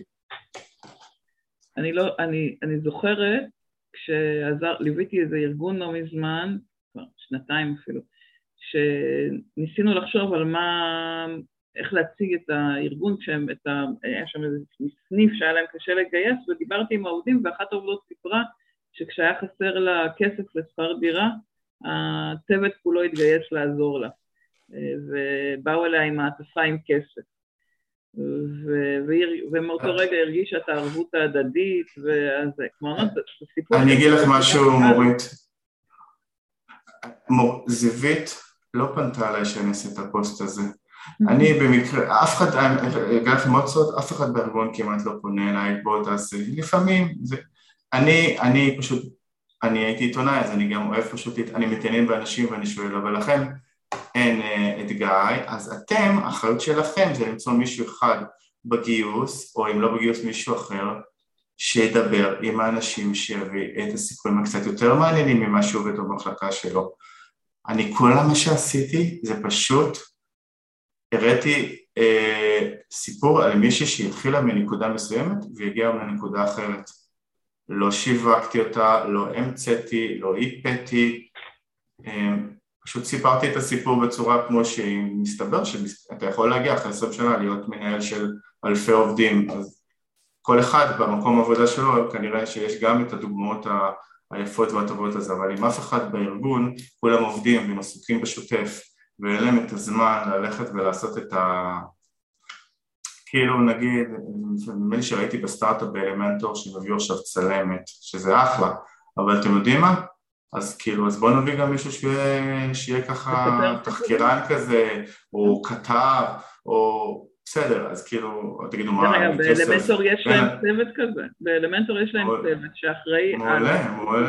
אני זוכרת, ליוויתי איזה ארגון לא מזמן, כבר שנתיים אפילו, שניסינו לחשוב על איך להציג את הארגון, היה שם איזה סניף שהיה להם קשה לגייס, ודיברתי עם העובדים, ואחת העובדות סיפרה שכשהיה חסר לה כסף לשכר דירה, הצוות כולו התגייס לעזור לה, ובאו אליה עם מעטפה עם כסף. ומאותו רגע הרגישה את הערבות ההדדית, ואז כמו אמרת, זה סיפור... אני אגיד לך משהו מורית. זיווית לא פנתה עליי שאני אעשה את הפוסט הזה. אני במקרה, אף אחד, הגעתי מאוד סוד, אף אחד בארגון כמעט לא פונה אליי, בוא תעשה, לפעמים, אני פשוט, אני הייתי עיתונאי, אז אני גם אוהב פשוט, אני מתעניין באנשים ואני שואל, אבל לכם אין את גיא, אז אתם, האחריות שלכם זה למצוא מישהו אחד בגיוס, או אם לא בגיוס מישהו אחר, שידבר עם האנשים שיביא את הסיפורים הקצת יותר מעניינים ממה שעובד במחלקה שלו. אני כל מה שעשיתי זה פשוט הראיתי סיפור על מישהי שהתחילה מנקודה מסוימת והגיעה לנקודה אחרת. לא שיווקתי אותה, לא המצאתי, לא איפתי, פשוט סיפרתי את הסיפור בצורה כמו שהיא מסתבר שאתה יכול להגיע אחרי 20 שנה להיות מנהל של אלפי עובדים, אז כל אחד במקום העבודה שלו כנראה שיש גם את הדוגמאות היפות והטובות הזה, אבל אם אף אחד בארגון, כולם עובדים והם עסוקים בשוטף ואין להם את הזמן ללכת ולעשות את כאילו נגיד, נדמה לי שראיתי בסטארט-אפ באלמנטור שמביאו עכשיו צלמת, שזה אחלה, אבל אתם יודעים מה? אז כאילו, אז בואו נביא גם מישהו שיהיה ככה תחקירן כזה, או כתב, או בסדר, אז כאילו, תגידו מה... באלמנטור יש להם צוות כזה, באלמנטור יש להם צוות שאחראי על... מעולה.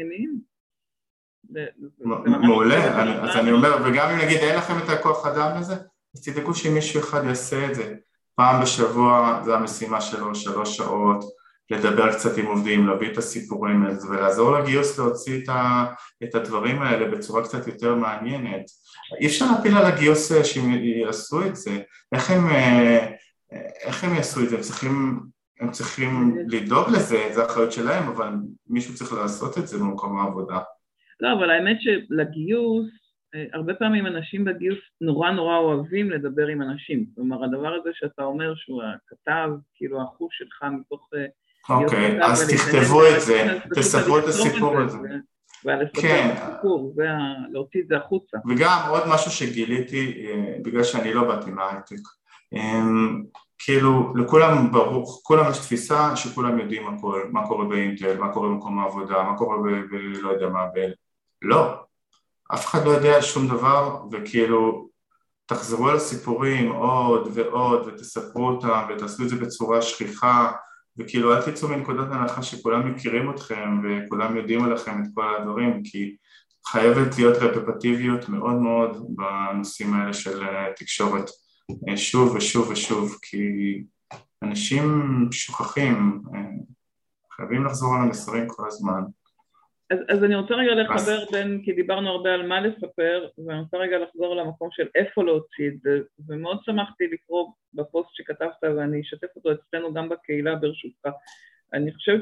מעולה, אז אני אומר, וגם אם נגיד אין לכם את הכוח אדם הזה, אז תדאגו שמישהו אחד יעשה את זה. פעם בשבוע זה המשימה שלו, 3 שעות, לדבר קצת עם עובדים, להביא את הסיפורים ולעזור לגיוס להוציא את הדברים האלה בצורה קצת יותר מעניינת. אי אפשר להפיל על הגיוס שיעשו את זה. איך הם יעשו את זה? הם צריכים לדאוג לזה, זה האחריות שלהם, אבל מישהו צריך לעשות את זה במקום העבודה. לא, אבל האמת שלגיוס, הרבה פעמים אנשים בגיוס נורא אוהבים לדבר עם אנשים. כלומר, הדבר הזה שאתה אומר שהוא הכתב, כאילו החוש שלך מתוך... אוקיי, אז תכתבו את זה, תספרו את הסיפור הזה. ולספר את הסיפור, להוציא את זה החוצה. וגם עוד משהו שגיליתי, בגלל שאני לא באתי מההייטק, כאילו לכולם ברור, כולם יש תפיסה שכולם יודעים הכל, מה קורה באינטל, מה קורה במקום העבודה, מה קורה לא יודע מה, לא, אף אחד לא יודע שום דבר, וכאילו תחזרו על הסיפורים עוד ועוד ותספרו אותם ותעשו את זה בצורה שכיחה, וכאילו אל תצאו מנקודת הנחה שכולם מכירים אתכם וכולם יודעים עליכם את כל הדברים, כי חייבת להיות רפטטיביות מאוד מאוד בנושאים האלה של תקשורת, שוב ושוב ושוב, כי אנשים שוכחים, חייבים לחזור על המסרים כל הזמן. אז אני רוצה רגע לחבר בין, כי דיברנו הרבה על מה לספר, ואני רוצה רגע לחזור למקום של איפה להוציא את זה, ומאוד שמחתי לקרוא בפוסט שכתבת, ואני אשתף אותו אצלנו גם בקהילה ברשותך. אני חושבת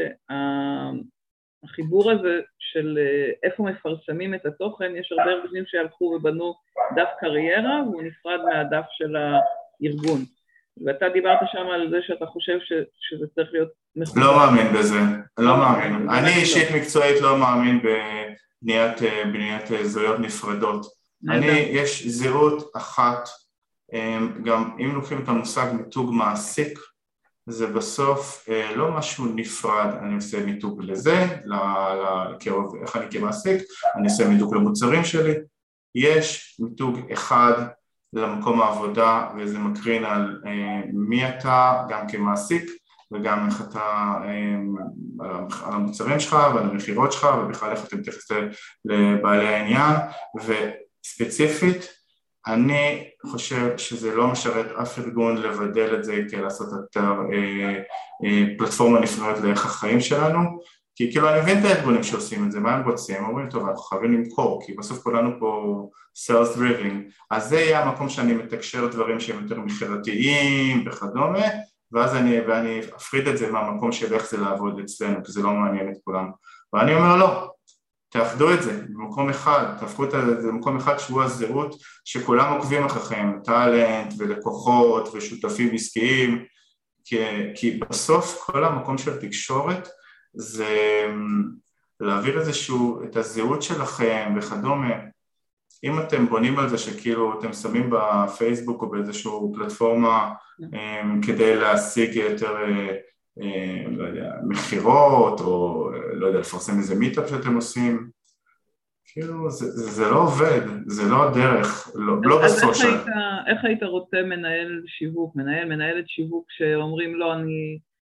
שהחיבור הזה של איפה מפרסמים את התוכן, יש הרבה ארגונים שהלכו ובנו דף קריירה, והוא נפרד מהדף של הארגון. ואתה דיברת שם על זה שאתה חושב שזה צריך להיות מחובר. לא מאמין בזה, לא מאמין. אני אישית מקצועית לא מאמין בבניית זהויות נפרדות. יש זהות אחת, גם אם לוקחים את המושג מיתוג מעסיק, זה בסוף לא משהו נפרד, אני עושה מיתוג לזה, איך אני כמעסיק, אני עושה מיתוג למוצרים שלי, יש מיתוג אחד, למקום העבודה, וזה מקרין על מי אתה גם כמעסיק, וגם איך אתה על המוצרים שלך ועל המחירות שלך, ובכלל איך אתה מתייחס לבעלי העניין, וספציפית, אני חושב שזה לא משרת אף ארגון לבדל את זה כלעשות יותר פלטפורמה נפרדת לאיך החיים שלנו, כי כאילו אני מבין את הארגונים שעושים את זה, מה הם רוצים? הם אומרים, טוב, אנחנו חייבים למכור, כי בסוף כולנו פה sales driven, אז זה יהיה המקום שאני מתקשר דברים שהם יותר מחירתיים וכדומה, ואז אני אפריד את זה מהמקום של איך זה לעבוד אצלנו, כי זה לא מעניין את כולם. ואני אומר, לא, תאחדו את זה במקום אחד, תהפכו את זה במקום אחד שהוא הזהות שכולם עוקבים אחריכם, טלנט ולקוחות ושותפים עסקיים, כי בסוף כל המקום של תקשורת, זה להעביר את הזהות שלכם וכדומה. אם אתם בונים על זה שכאילו אתם שמים בפייסבוק או באיזשהו פלטפורמה כדי להשיג יותר, לא יודע, מחירות או לא יודע, לפרסם איזה מיטאפ שאתם עושים, כאילו זה לא עובד, זה לא הדרך, לא בסושיאל. אז איך היית רוצה מנהל שיווק, מנהלת שיווק שאומרים לו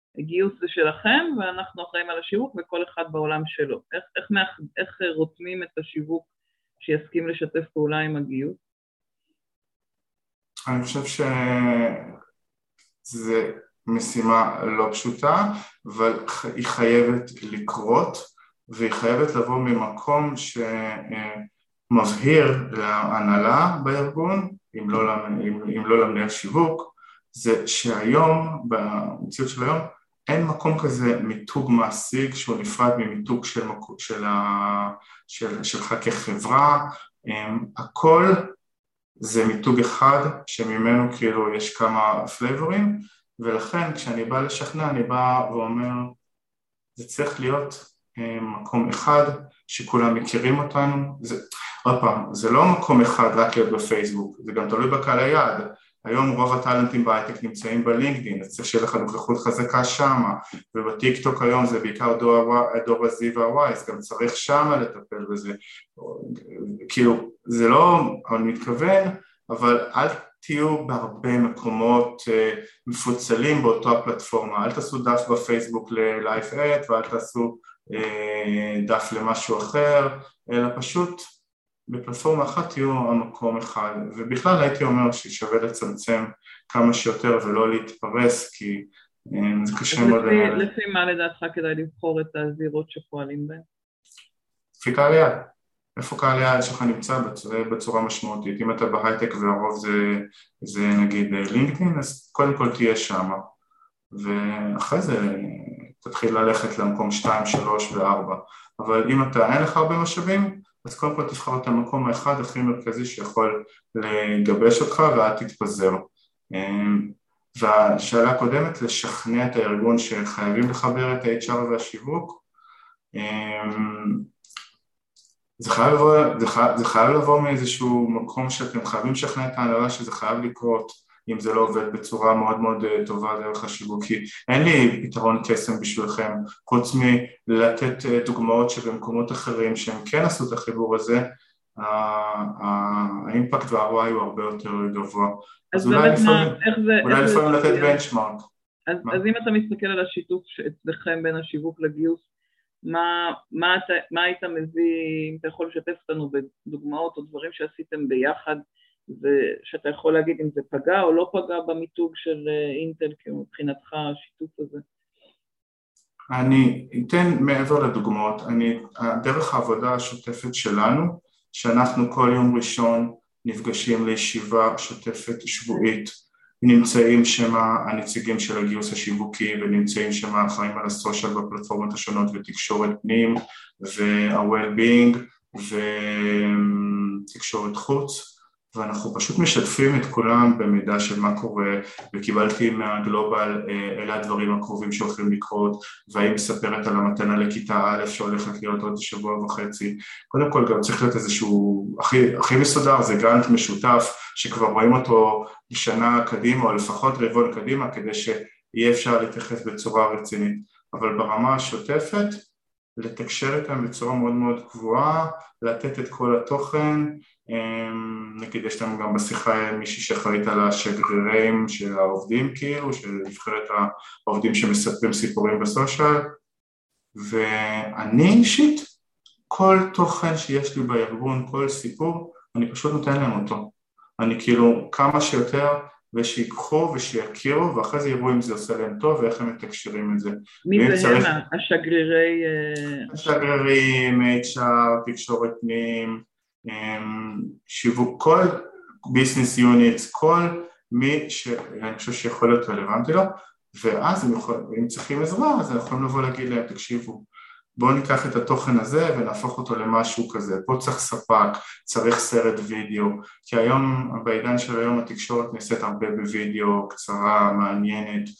גיוס זה שלכם, ואנחנו אחראים על השיווק, וכל אחד בעולם שלו. איך רותמים את השיווק שיסכים לשתף פעולה עם הגיוס? אני חושב שזה משימה לא פשוטה, אבל היא חייבת לקרות, והיא חייבת לבוא ממקום שמבהיר להנהלה בארגון, אם לא למנהל שיווק, זה שהיום, במציאות של היום, אין מקום כזה מיתוג מעסיק שהוא נפרד ממיתוג שלך כחברה, הכל זה מיתוג אחד שממנו כאילו יש כמה פלייבורים, ולכן כשאני בא לשכנע אני בא ואומר זה צריך להיות מקום אחד שכולם מכירים אותנו, עוד פעם, זה לא מקום אחד רק להיות בפייסבוק, זה גם תלוי בקהל היעד, היום רוב הטלנטים בהייטק נמצאים בלינקדין, אז צריך שיהיה לך נוכחות חזקה שמה, ובטיק טוק היום זה בעיקר דור ה-Z וה-Y, אז גם צריך שמה לטפל בזה, כאילו זה לא, אני מתכוון, אבל אל תהיו בהרבה מקומות מפוצלים באותו הפלטפורמה, אל תעשו דף בפייסבוק ל-Life Ad ואל תעשו דף למשהו אחר, אלא פשוט בפלטפורמה אחת תהיו המקום אחד, ובכלל הייתי אומר ששווה לצמצם כמה שיותר ולא להתפרס, כי זה קשה מאוד. לפי מה לדעתך כדאי לבחור את הזירות שפועלים בהן? לפי קהל יעד. איפה קהל יעד שלך נמצא בצורה משמעותית? אם אתה בהייטק והרוב זה נגיד לינקדאין, אז קודם כל תהיה שמה, ואחרי זה תתחיל ללכת למקום 2, 3 ו4, אבל אם אתה אין לך הרבה משאבים, אז קודם כל תבחר את המקום האחד הכי מרכזי שיכול לגבש אותך ואל תתפזר. והשאלה הקודמת, לשכנע את הארגון שחייבים לחבר את ה-HR והשיווק, זה חייב לבוא מאיזשהו מקום שאתם חייבים לשכנע את ההנהלה שזה חייב לקרות, אם זה לא עובד בצורה מאוד מאוד טובה דרך השיווק, כי אין לי פתרון קסם בשבילכם, חוץ מלתת דוגמאות שבמקומות אחרים שהם כן עשו את החיבור הזה, האימפקט וה-ROI הוא הרבה יותר גבוה. אז אולי לפעמים לתת בנצ'מארק. אז אם אתה מסתכל על השיתוף אצלכם בין השיווק לגיוס, מה היית מביא, אם אתה יכול לשתף אותנו בדוגמאות או דברים שעשיתם ביחד, ושאתה יכול להגיד אם זה פגע או לא פגע במיתוג של אינטל, כי מבחינתך השיתוף הזה? אני אתן מעבר לדוגמאות, דרך העבודה השוטפת שלנו, שאנחנו כל יום ראשון נפגשים לישיבה שוטפת שבועית, נמצאים שם הנציגים של הגיוס השיווקי ונמצאים שם האחראים על הסושיאל בפלטפורמות השונות ותקשורת פנים וה-well-being ותקשורת חוץ, ואנחנו פשוט משתפים את כולם במידע של מה קורה, וקיבלתי מהגלובל אלה הדברים הקרובים שהולכים לקרות, והיא מספרת על המתנה לכיתה א' שהולכת להיות עוד שבוע וחצי. קודם כל גם צריך להיות איזשהו, הכי מסודר זה גרנט משותף, שכבר רואים אותו בשנה קדימה, או לפחות רבעון קדימה, כדי שיהיה אפשר להתייחס בצורה רצינית. אבל ברמה השוטפת, לתקשר איתם בצורה מאוד מאוד קבועה, לתת את כל התוכן, נגיד יש לנו גם בשיחה מישהי שאחראית על השגרירים של העובדים כאילו, שנבחרת העובדים שמספרים סיפורים בסושיאל, ואני אישית, כל תוכן שיש לי בארגון, כל סיפור, אני פשוט נותן להם אותו. אני כאילו כמה שיותר ושיקחו ושיכירו, ואחרי זה יראו אם זה עושה להם טוב ואיך הם מתקשרים את זה. מי זה הם? השגרירי? השגרירים, HR, תקשורת פנים, שיווק, כל ביזנס יוניטס, כל מי שאני חושב שיכול להיות רלוונטי לו, ואז אם צריכים עזרה, אז אנחנו יכולים לבוא להגיד להם, תקשיבו, בואו ניקח את התוכן הזה ונהפוך אותו למשהו כזה, פה צריך ספק, צריך סרט וידאו, כי היום, בעידן של היום התקשורת נעשית הרבה בווידאו, קצרה, מעניינת,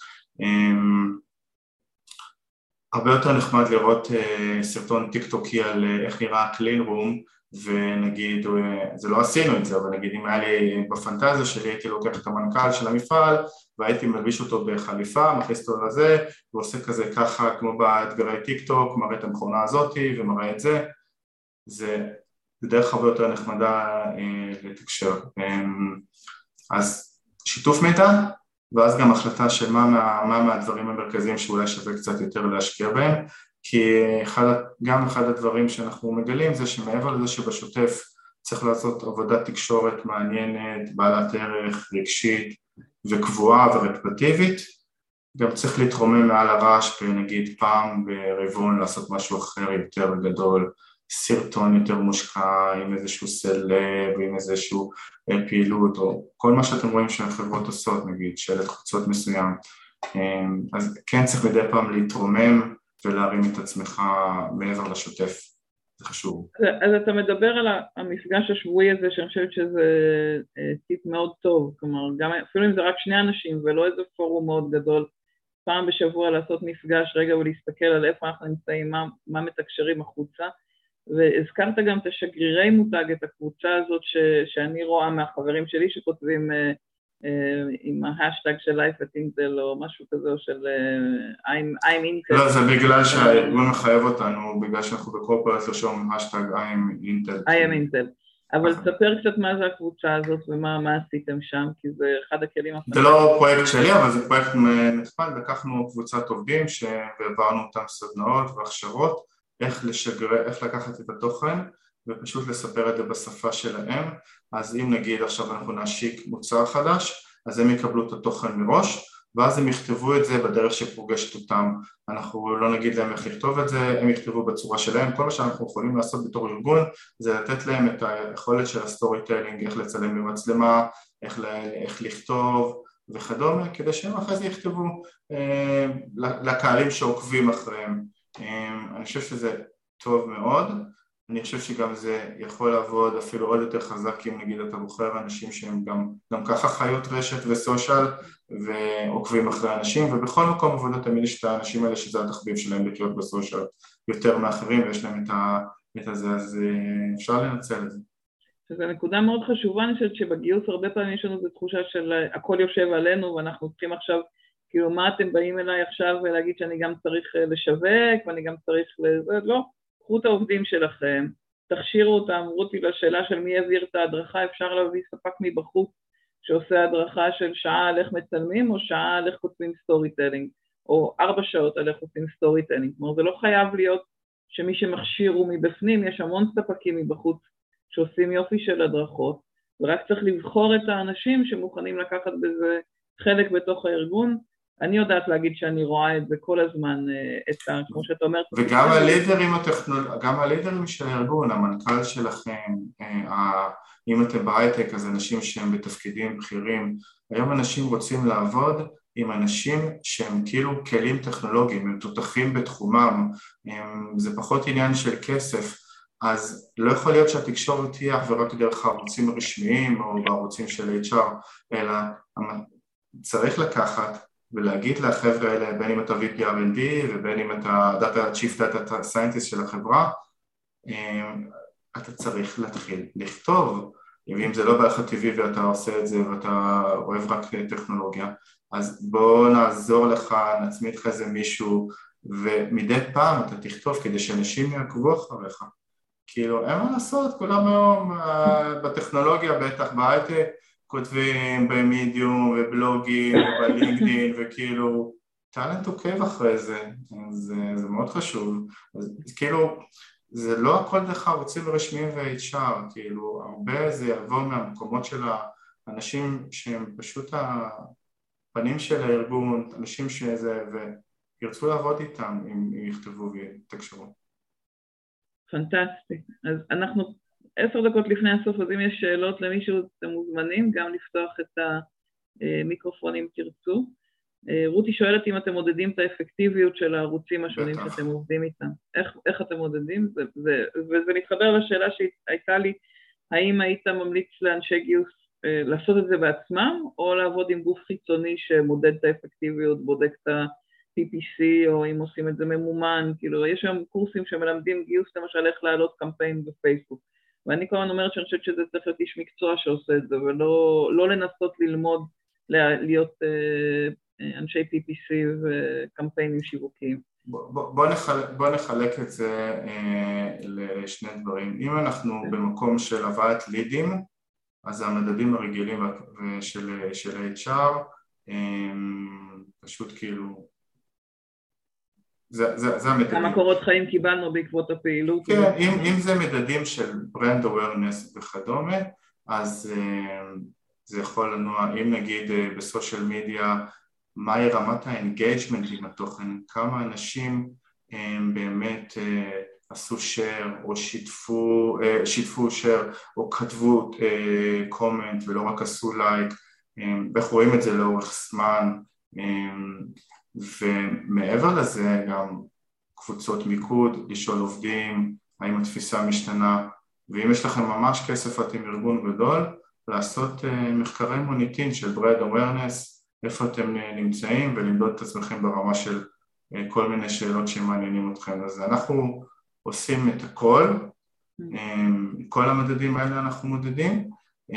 הרבה יותר נחמד לראות סרטון טיק טוקי על איך נראה קלין רום, ונגיד, זה לא עשינו את זה, אבל נגיד אם היה לי בפנטזיה שלי, הייתי לוקח את המנכ"ל של המפעל, והייתי מלביש אותו בחליפה, מכניס אותו לזה, ועושה כזה ככה, כמו באתגרי טיק טוק, מראה את המכונה הזאת ומראה את זה, זה דרך הרבה יותר נחמדה לתקשר. אז שיתוף מידע, ואז גם החלטה של מה מהדברים המרכזיים שאולי שווה קצת יותר להשקיע בהם, כי גם אחד הדברים שאנחנו מגלים זה שמעבר לזה שבשוטף צריך לעשות עבודת תקשורת מעניינת, בעלת ערך, רגשית וקבועה ורפטטיבית, גם צריך להתרומם מעל הרעש, נגיד פעם ברבעון לעשות משהו אחר יותר גדול, סרטון יותר מושקע עם איזשהו סלב, עם איזשהו פעילות, או כל מה שאתם רואים שהחברות עושות, נגיד שלט חוצות מסוים, אז כן צריך מדי פעם להתרומם ולהרים את עצמך מעבר לשוטף, זה חשוב. אז אתה מדבר על המפגש השבועי הזה, שאני חושבת שזה טיפ מאוד טוב, כלומר, גם אפילו אם זה רק שני אנשים ולא איזה פורום מאוד גדול, פעם בשבוע לעשות מפגש רגע ולהסתכל על איפה אנחנו נמצאים, מה מתקשרים החוצה, והזכרת גם את השגרירי מותג, את הקבוצה הזאת שאני רואה מהחברים שלי שכותבים עם ההשטג של Life at Intel או משהו כזה, או של I'm Intel. לא, זה בגלל שהארגון מחייב אותנו, בגלל שאנחנו בקורפרט לרשום השטג I'm Intel. I'm Intel. אבל תספר קצת מה זה הקבוצה הזאת ומה עשיתם שם, כי זה אחד הכלים הפעמים. זה לא פרויקט שלי, אבל זה פרויקט נחמד, לקחנו קבוצת עובדים והעברנו אותם סדנאות והכשרות, איך לקחת את התוכן ופשוט לספר את זה בשפה שלהם. אז אם נגיד עכשיו אנחנו נשיק מוצר חדש, אז הם יקבלו את התוכן מראש, ואז הם יכתבו את זה בדרך שפוגשת אותם. אנחנו לא נגיד להם איך לכתוב את זה, הם יכתבו בצורה שלהם. כל מה שאנחנו יכולים לעשות בתור ארגון זה לתת להם את היכולת של הסטורי טיילינג, איך לצלם במצלמה, איך לכתוב וכדומה, כדי שהם אחרי זה יכתבו לקהלים שעוקבים אחריהם. אני חושב שזה טוב מאוד. אני חושב שגם זה יכול לעבוד אפילו עוד יותר חזק אם נגיד אתה בוחר אנשים שהם גם ככה חיות רשת וסושיאל ועוקבים אחרי אנשים, ובכל מקום עבודה תמיד יש את האנשים האלה שזה התחביב שלהם לחיות בסושיאל יותר מאחרים ויש להם את הזה, אז אפשר לנצל את זה. זו נקודה מאוד חשובה, אני חושבת שבגיוס הרבה פעמים יש לנו איזו תחושה של הכל יושב עלינו ואנחנו צריכים עכשיו, כאילו מה אתם באים אליי עכשיו ולהגיד שאני גם צריך לשווק ואני גם צריך לזה, לא. קחו את העובדים שלכם, תכשירו אותם, רותי לשאלה של מי העביר את ההדרכה, אפשר להביא ספק מבחוץ שעושה הדרכה של שעה על איך מצלמים, או שעה על איך כותבים סטורי טלינג, או 4 שעות על איך עושים סטורי טלינג. כלומר, זה לא חייב להיות שמי שמכשיר הוא מבפנים, יש המון ספקים מבחוץ שעושים יופי של הדרכות, ורק צריך לבחור את האנשים שמוכנים לקחת בזה חלק בתוך הארגון. אני יודעת להגיד שאני רואה את זה כל הזמן, כמו שאתה אומר. וגם הלידרים של הארגון, המנכ"ל שלכם, אם אתם בהייטק, אז אנשים שהם בתפקידים בכירים, היום אנשים רוצים לעבוד עם אנשים שהם כאילו כלים טכנולוגיים, הם תותחים בתחומם, זה פחות עניין של כסף, אז לא יכול להיות שהתקשורת תהיה אך ורק דרך הערוצים הרשמיים או בערוצים של HR, אלא צריך לקחת ולהגיד לחבר'ה האלה, בין אם אתה VP R&D ובין אם אתה Chief Data Scientist של החברה, אתה צריך להתחיל לכתוב, ואם זה לא בערך הטבעי ואתה עושה את זה ואתה אוהב רק טכנולוגיה, אז בוא נעזור לך, נצמיד לך איזה מישהו, ומדי פעם אתה תכתוב כדי שאנשים יעקבו אחריך. כאילו, אין מה לעשות, כולם היום בטכנולוגיה, בטח בהייטק, כותבים במדיום ובלוגים ובלינקדין וכאילו טלנט עוקב אחרי זה, אז זה מאוד חשוב. אז כאילו זה לא הכל דרך ערוצים רשמיים ו-HR, כאילו הרבה זה יבוא מהמקומות של האנשים שהם פשוט הפנים של הארגון, אנשים שזה, וירצו לעבוד איתם אם יכתבו ויתקשרו. פנטסטי. אז אנחנו 10 דקות לפני הסוף, אז אם יש שאלות למישהו, אתם מוזמנים גם לפתוח את המיקרופונים תרצו. רותי שואלת אם אתם מודדים את האפקטיביות של הערוצים השונים שאתם עובדים איתם. איך אתם מודדים? וזה מתחבר לשאלה שהייתה לי, האם היית ממליץ לאנשי גיוס לעשות את זה בעצמם, או לעבוד עם גוף חיצוני שמודד את האפקטיביות, בודק את ה-PPC, או אם עושים את זה ממומן, כאילו יש היום קורסים שמלמדים גיוס, למשל איך לעלות קמפיין בפייסבוק. ואני כל הזמן אומרת שאני חושבת שזה צריך להיות איש מקצוע שעושה את זה, ולא לנסות ללמוד להיות אנשי PPC וקמפיינים שיווקיים. בוא נחלק את זה לשני דברים. אם אנחנו במקום של הבאת לידים, אז המדדים הרגילים של HR, פשוט כאילו, זה המדדים. כמה קורות חיים קיבלנו בעקבות הפעילות? כן, אם זה מדדים של ברנד אווירנס וכדומה, אז זה יכול לנוע, אם נגיד בסושיאל מדיה, מהי רמת האנגייג'מנט עם התוכן, כמה אנשים באמת עשו share או שיתפו share או כתבו קומנט ולא רק עשו לייק, ואיך רואים את זה לאורך זמן, ומעבר לזה גם קבוצות מיקוד, לשאול עובדים, האם התפיסה משתנה, ואם יש לכם ממש כסף אתם ארגון גדול, לעשות מחקרי מוניטין של ברנד אווירנס, איפה אתם נמצאים ולמדוד את עצמכם ברמה של כל מיני שאלות שמעניינים אתכם. אז אנחנו עושים את הכל, כל המדדים האלה אנחנו מודדים,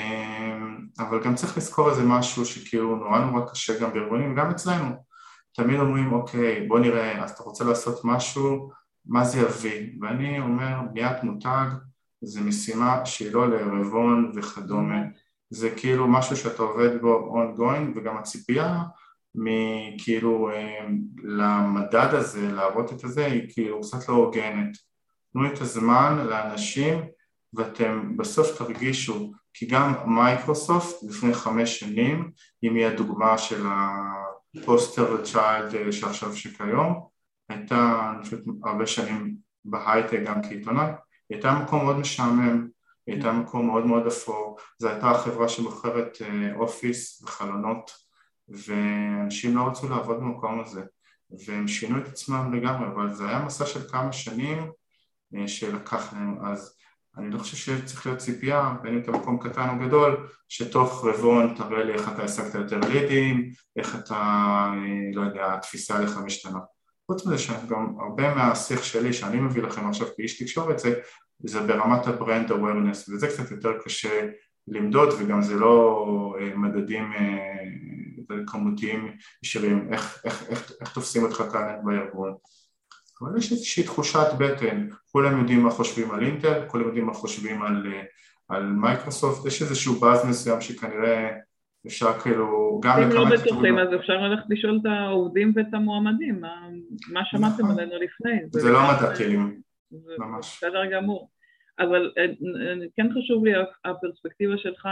אבל גם צריך לזכור איזה משהו שכאילו נורא קשה גם בארגונים, גם אצלנו. תמיד אומרים, אוקיי, בוא נראה, אז אתה רוצה לעשות משהו, מה זה יביא? ואני אומר, בניית מותג זה משימה שהיא לא לרבעון וכדומה. זה כאילו משהו שאתה עובד בו ongoing, וגם הציפייה מכאילו למדד הזה, להראות את הזה, היא כאילו קצת לא הוגנת. תנו את הזמן לאנשים, ואתם בסוף תרגישו, כי גם מייקרוסופט לפני 5 שנים, אם היא הדוגמה של הפוסטר צ'יילד שעכשיו שכיום, הייתה, אני חושב, הרבה שנים בהייטק גם כעיתונאי, היא הייתה מקום מאוד משעמם, היא הייתה מקום מאוד אפור, זו הייתה החברה שמוכרת אופיס וחלונות, ואנשים לא רצו לעבוד במקום הזה, והם שינו את עצמם לגמרי, אבל זה היה מסע של כמה שנים שלקח להם. אז אני לא חושב שצריך להיות ציפייה, בין אם אתה מקום קטן או גדול, שתוך רבעון תראה לי איך אתה השגת יותר לידים, איך אתה, לא יודע, התפיסה לך משתנה. חוץ מזה שגם הרבה מהשיח שלי שאני מביא לכם עכשיו כאיש תקשורת, זה ברמת הברנד אווירנס, וזה קצת יותר קשה למדוד, וגם זה לא מדדים כמותיים ישירים, איך תופסים אותך טאלנט בארגון. אבל יש איזושהי תחושת בטן, כולם יודעים מה חושבים על אינטל, כולם יודעים מה חושבים על מייקרוסופט, יש איזשהו באז מסוים שכנראה אפשר כאילו גם אם לא בטוחים, אז אפשר ללכת לשאול את העובדים ואת המועמדים, מה שמעתם עלינו לפני. זה לא מדע כלים, ממש. בסדר גמור. אבל כן חשוב לי הפרספקטיבה שלך,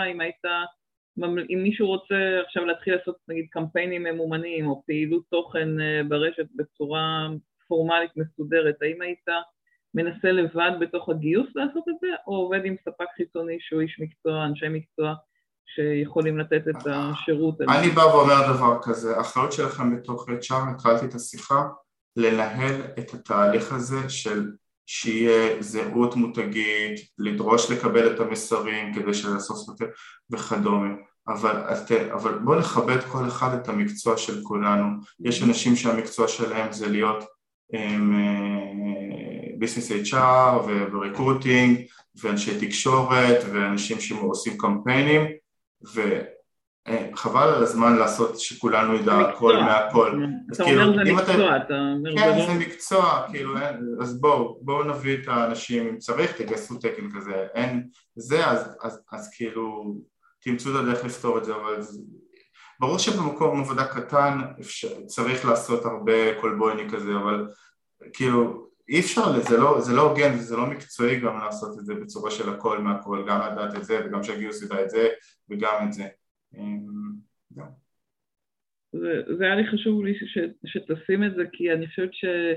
אם מישהו רוצה עכשיו להתחיל לעשות נגיד קמפיינים ממומנים או פעילות תוכן ברשת בצורה פורמלית מסודרת, האם היית מנסה לבד בתוך הגיוס לעשות את זה, או עובד עם ספק חיצוני שהוא איש מקצוע, אנשי מקצוע שיכולים לתת את השירות הזה? אני בא ואומר דבר כזה, האחריות שלכם בתוך HR, התחלתי את השיחה, לנהל את התהליך הזה של שיהיה זהות מותגית, לדרוש לקבל את המסרים כדי שלעשות יותר וכדומה. אבל בואו נכבד כל אחד את המקצוע של כולנו. יש אנשים שהמקצוע שלהם זה להיות ביזנס HR וריקרוטינג ואנשי תקשורת ואנשים שעושים קמפיינים, וחבל על הזמן לעשות שכולנו ידע הכל מהכל. אתה אומר זה מקצוע, אתה אומר כן, זה מקצוע, כאילו, אז בואו נביא את האנשים, אם צריך, תגייסו תקן כזה, אין זה, אז כאילו, תמצאו את הדרך לפתור את זה, אבל ברור שבמקום עבודה קטן צריך לעשות הרבה קולבויני כזה, אבל כאילו, אי אפשר, זה לא הוגן וזה לא מקצועי גם לעשות את זה בצורה של הכל מהכל, גם לדעת את זה וגם שהגיוס ידע את זה וגם את זה. זה היה לי חשוב לי שתשים את זה, כי אני חושבת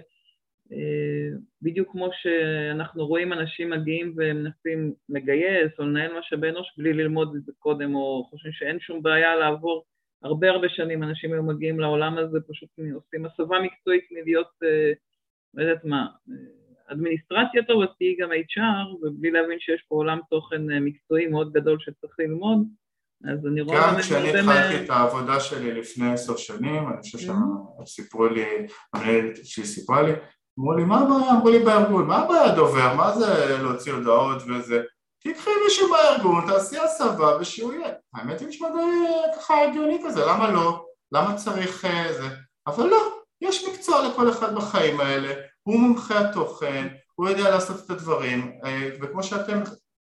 שבדיוק כמו שאנחנו רואים אנשים מגיעים ומנסים לגייס או לנהל משאבי אנוש בלי ללמוד את זה קודם, או חושבים שאין שום בעיה לעבור הרבה שנים, אנשים היו מגיעים לעולם הזה, פשוט עושים הסבה מקצועית מלהיות, לא יודעת מה, אדמיניסטרציה טוב, אז תהי גם HR, ובלי להבין שיש פה עולם תוכן מקצועי מאוד גדול שצריך ללמוד, אז אני רואה... גם כשאני התחלתי את העבודה שלי לפני 10 שנים, אני חושב שסיפרו לי, המנהלת שלי סיפרה לי, אמרו לי, מה הבעיה? אמרו לי בארגון, מה הבעיה דובר? מה זה להוציא הודעות וזה? תקחי מישהו בארגון, תעשי הסבה ושהוא יהיה. האמת היא נשמע ככה הגיוני כזה, למה לא? למה צריך זה? אבל לא, יש מקצוע לכל אחד בחיים האלה, הוא מומחה התוכן, הוא יודע לעשות את הדברים, וכמו שאתם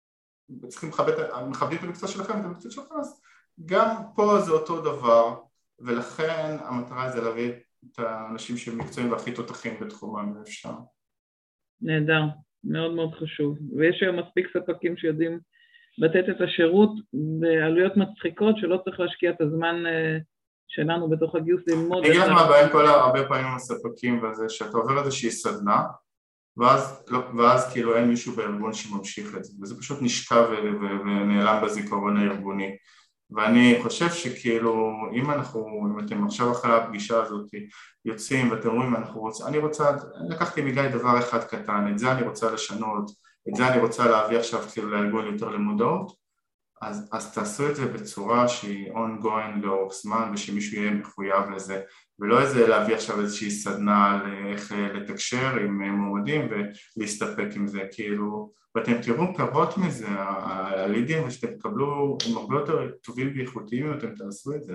צריכים מכבדים את המקצוע שלכם, את המקצוע שלכם, אז גם פה זה אותו דבר, ולכן המטרה זה להביא את האנשים שמקצועיים והכי תותחים בתחומם אפשר. נהדר, מאוד מאוד חשוב. ויש היום מספיק ספקים שיודעים לתת את השירות בעלויות מצחיקות, שלא צריך להשקיע את הזמן שלנו בתוך הגיוס ללמוד. אני אגיד לך מה הבעיה כל הרבה פעמים עם הספקים וזה, שאתה עובר איזושהי סדנה, ואז כאילו אין מישהו בארגון שממשיך את זה, וזה פשוט נשכב ונעלם בזיכרון הארגוני. ואני חושב שכאילו אם אתם עכשיו אחרי הפגישה הזאת יוצאים ואתם אומרים לקחתי מגיא דבר אחד קטן, את זה אני רוצה לשנות, את זה אני רוצה להביא עכשיו כאילו לארגון יותר למודעות, אז תעשו את זה בצורה שהיא ongoing לאורך זמן ושמישהו יהיה מחויב לזה, ולא להביא עכשיו איזושהי סדנה על איך לתקשר עם מועמדים ולהסתפק עם זה, כאילו, ואתם תראו פירות מזה, הלידים שאתם תקבלו הם הרבה יותר טובים ואיכותיים אם אתם תעשו את זה.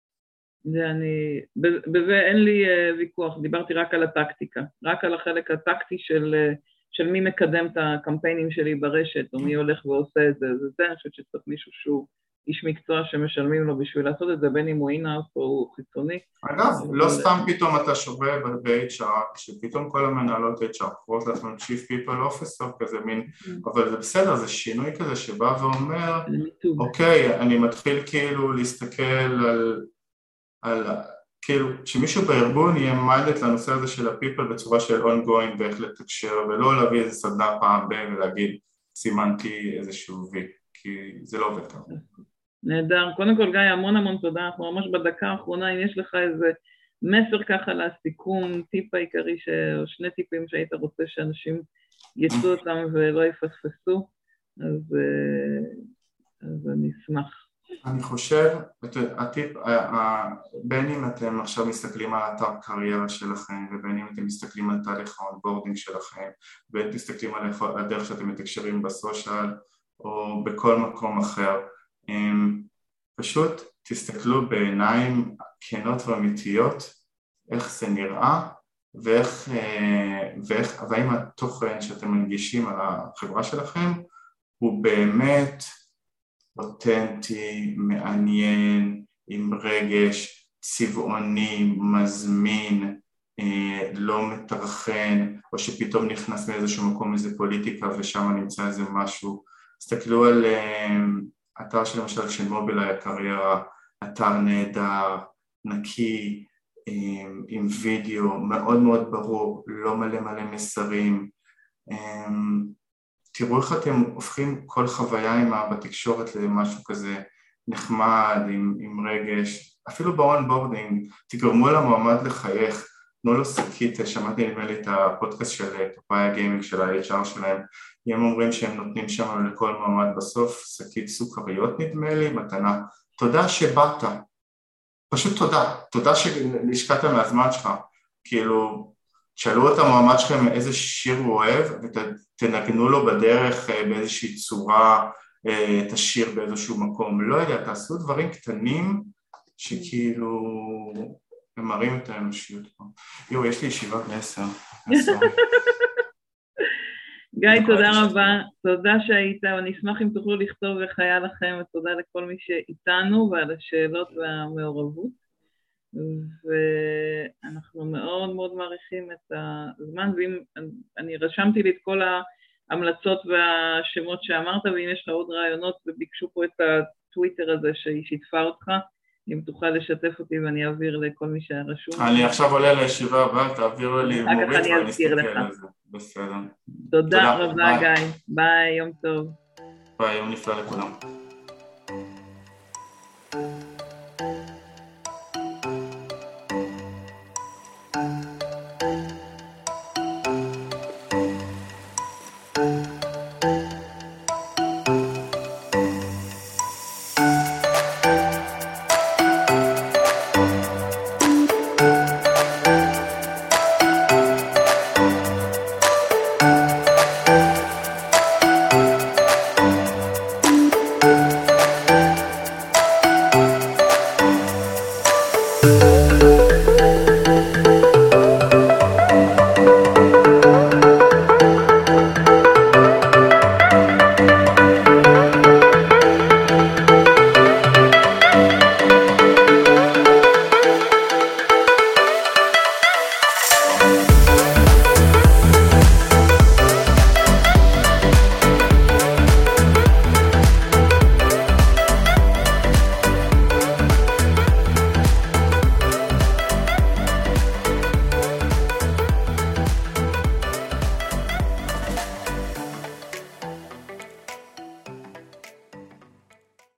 בזה אין לי ויכוח, דיברתי רק על הטקטיקה, רק על החלק הטקטי של מי מקדם את הקמפיינים שלי ברשת, או מי הולך ועושה את זה, אני חושבת שצריך מישהו שהוא איש מקצוע שמשלמים לו בשביל לעשות את זה, בין אם הוא אינאוס או חיצוני. אגב, לא סתם פתאום אתה שובה ב-HR, שפתאום כל המנהלות HR קוראות לעצמם Chief People Officer כזה מין, אבל זה בסדר, זה שינוי כזה שבא ואומר, אוקיי, אני מתחיל כאילו להסתכל על כאילו, שמישהו בארגון יהיה מיינדט לנושא הזה של הפיפל בצורה של ongoing ואיך לתקשר, ולא להביא איזה סדנה פעם בין ולהגיד, סימנתי איזשהו וי, כי זה לא עובד ככה. נהדר. קודם כל, גיא, המון תודה. אנחנו ממש בדקה האחרונה, אם יש לך איזה מסר ככה לסיכום, טיפ העיקרי, או שני טיפים שהיית רוצה שאנשים יצאו אותם ולא יפספסו, אז אני אשמח. אני חושב, הטיפ, בין אם אתם עכשיו מסתכלים על אתר קריירה שלכם, ובין אם אתם מסתכלים על תהליך האונבורדינג שלכם, ובין אם מסתכלים על הדרך שאתם מתקשרים בסושיאל, או בכל מקום אחר, פשוט תסתכלו בעיניים כנות ואמיתיות, איך זה נראה, והאם התוכן שאתם מנגישים על החברה שלכם, הוא באמת אותנטי, מעניין, עם רגש, צבעוני, מזמין, לא מתרחן, או שפתאום נכנס מאיזשהו מקום איזה פוליטיקה ושם נמצא איזה משהו. תסתכלו על אתר למשל של מובילאיי הקריירה, אתר נהדר, נקי, עם וידאו מאוד מאוד ברור, לא מלא מסרים. תראו איך אתם הופכים כל חוויה בתקשורת למשהו כזה נחמד, עם רגש, אפילו באונבורדינג, תגרמו למועמד לחייך, תנו לו שקית, שמעתי נדמה לי את הפודקאסט של פאפאיה גיימינג של ה-HR שלהם, הם אומרים שהם נותנים שם לכל מועמד בסוף שקית סוכריות נדמה לי, מתנה, תודה שבאת, פשוט תודה שהשקעת מהזמן שלך, כאילו, תשאלו את המועמד שלכם איזה שיר הוא אוהב ותנגנו לו בדרך באיזושהי צורה את השיר באיזשהו מקום, לא יודע, תעשו דברים קטנים שכאילו הם מראים את האנושיות פה. יש לי ישיבה ב-10. גיא, תודה רבה, תודה שהיית, ואני אשמח אם תוכלו לכתוב איך היה לכם, ותודה לכל מי שאיתנו ועל השאלות והמעורבות. ואנחנו מאוד מאוד מעריכים את הזמן, ואני רשמתי לי את כל ההמלצות והשמות שאמרת, ואם יש לך עוד רעיונות וביקשו פה את הטוויטר הזה שהיא שיתפה אותך, אם תוכל לשתף אותי ואני אעביר לכל מי שהיה רשום. אני עכשיו עולה לישיבה הבאה, תעביר לי מורית ואני אסתכל על זה. בסדר. תודה רבה גיא, ביי, יום טוב. ביי, יום נפלא לכולם.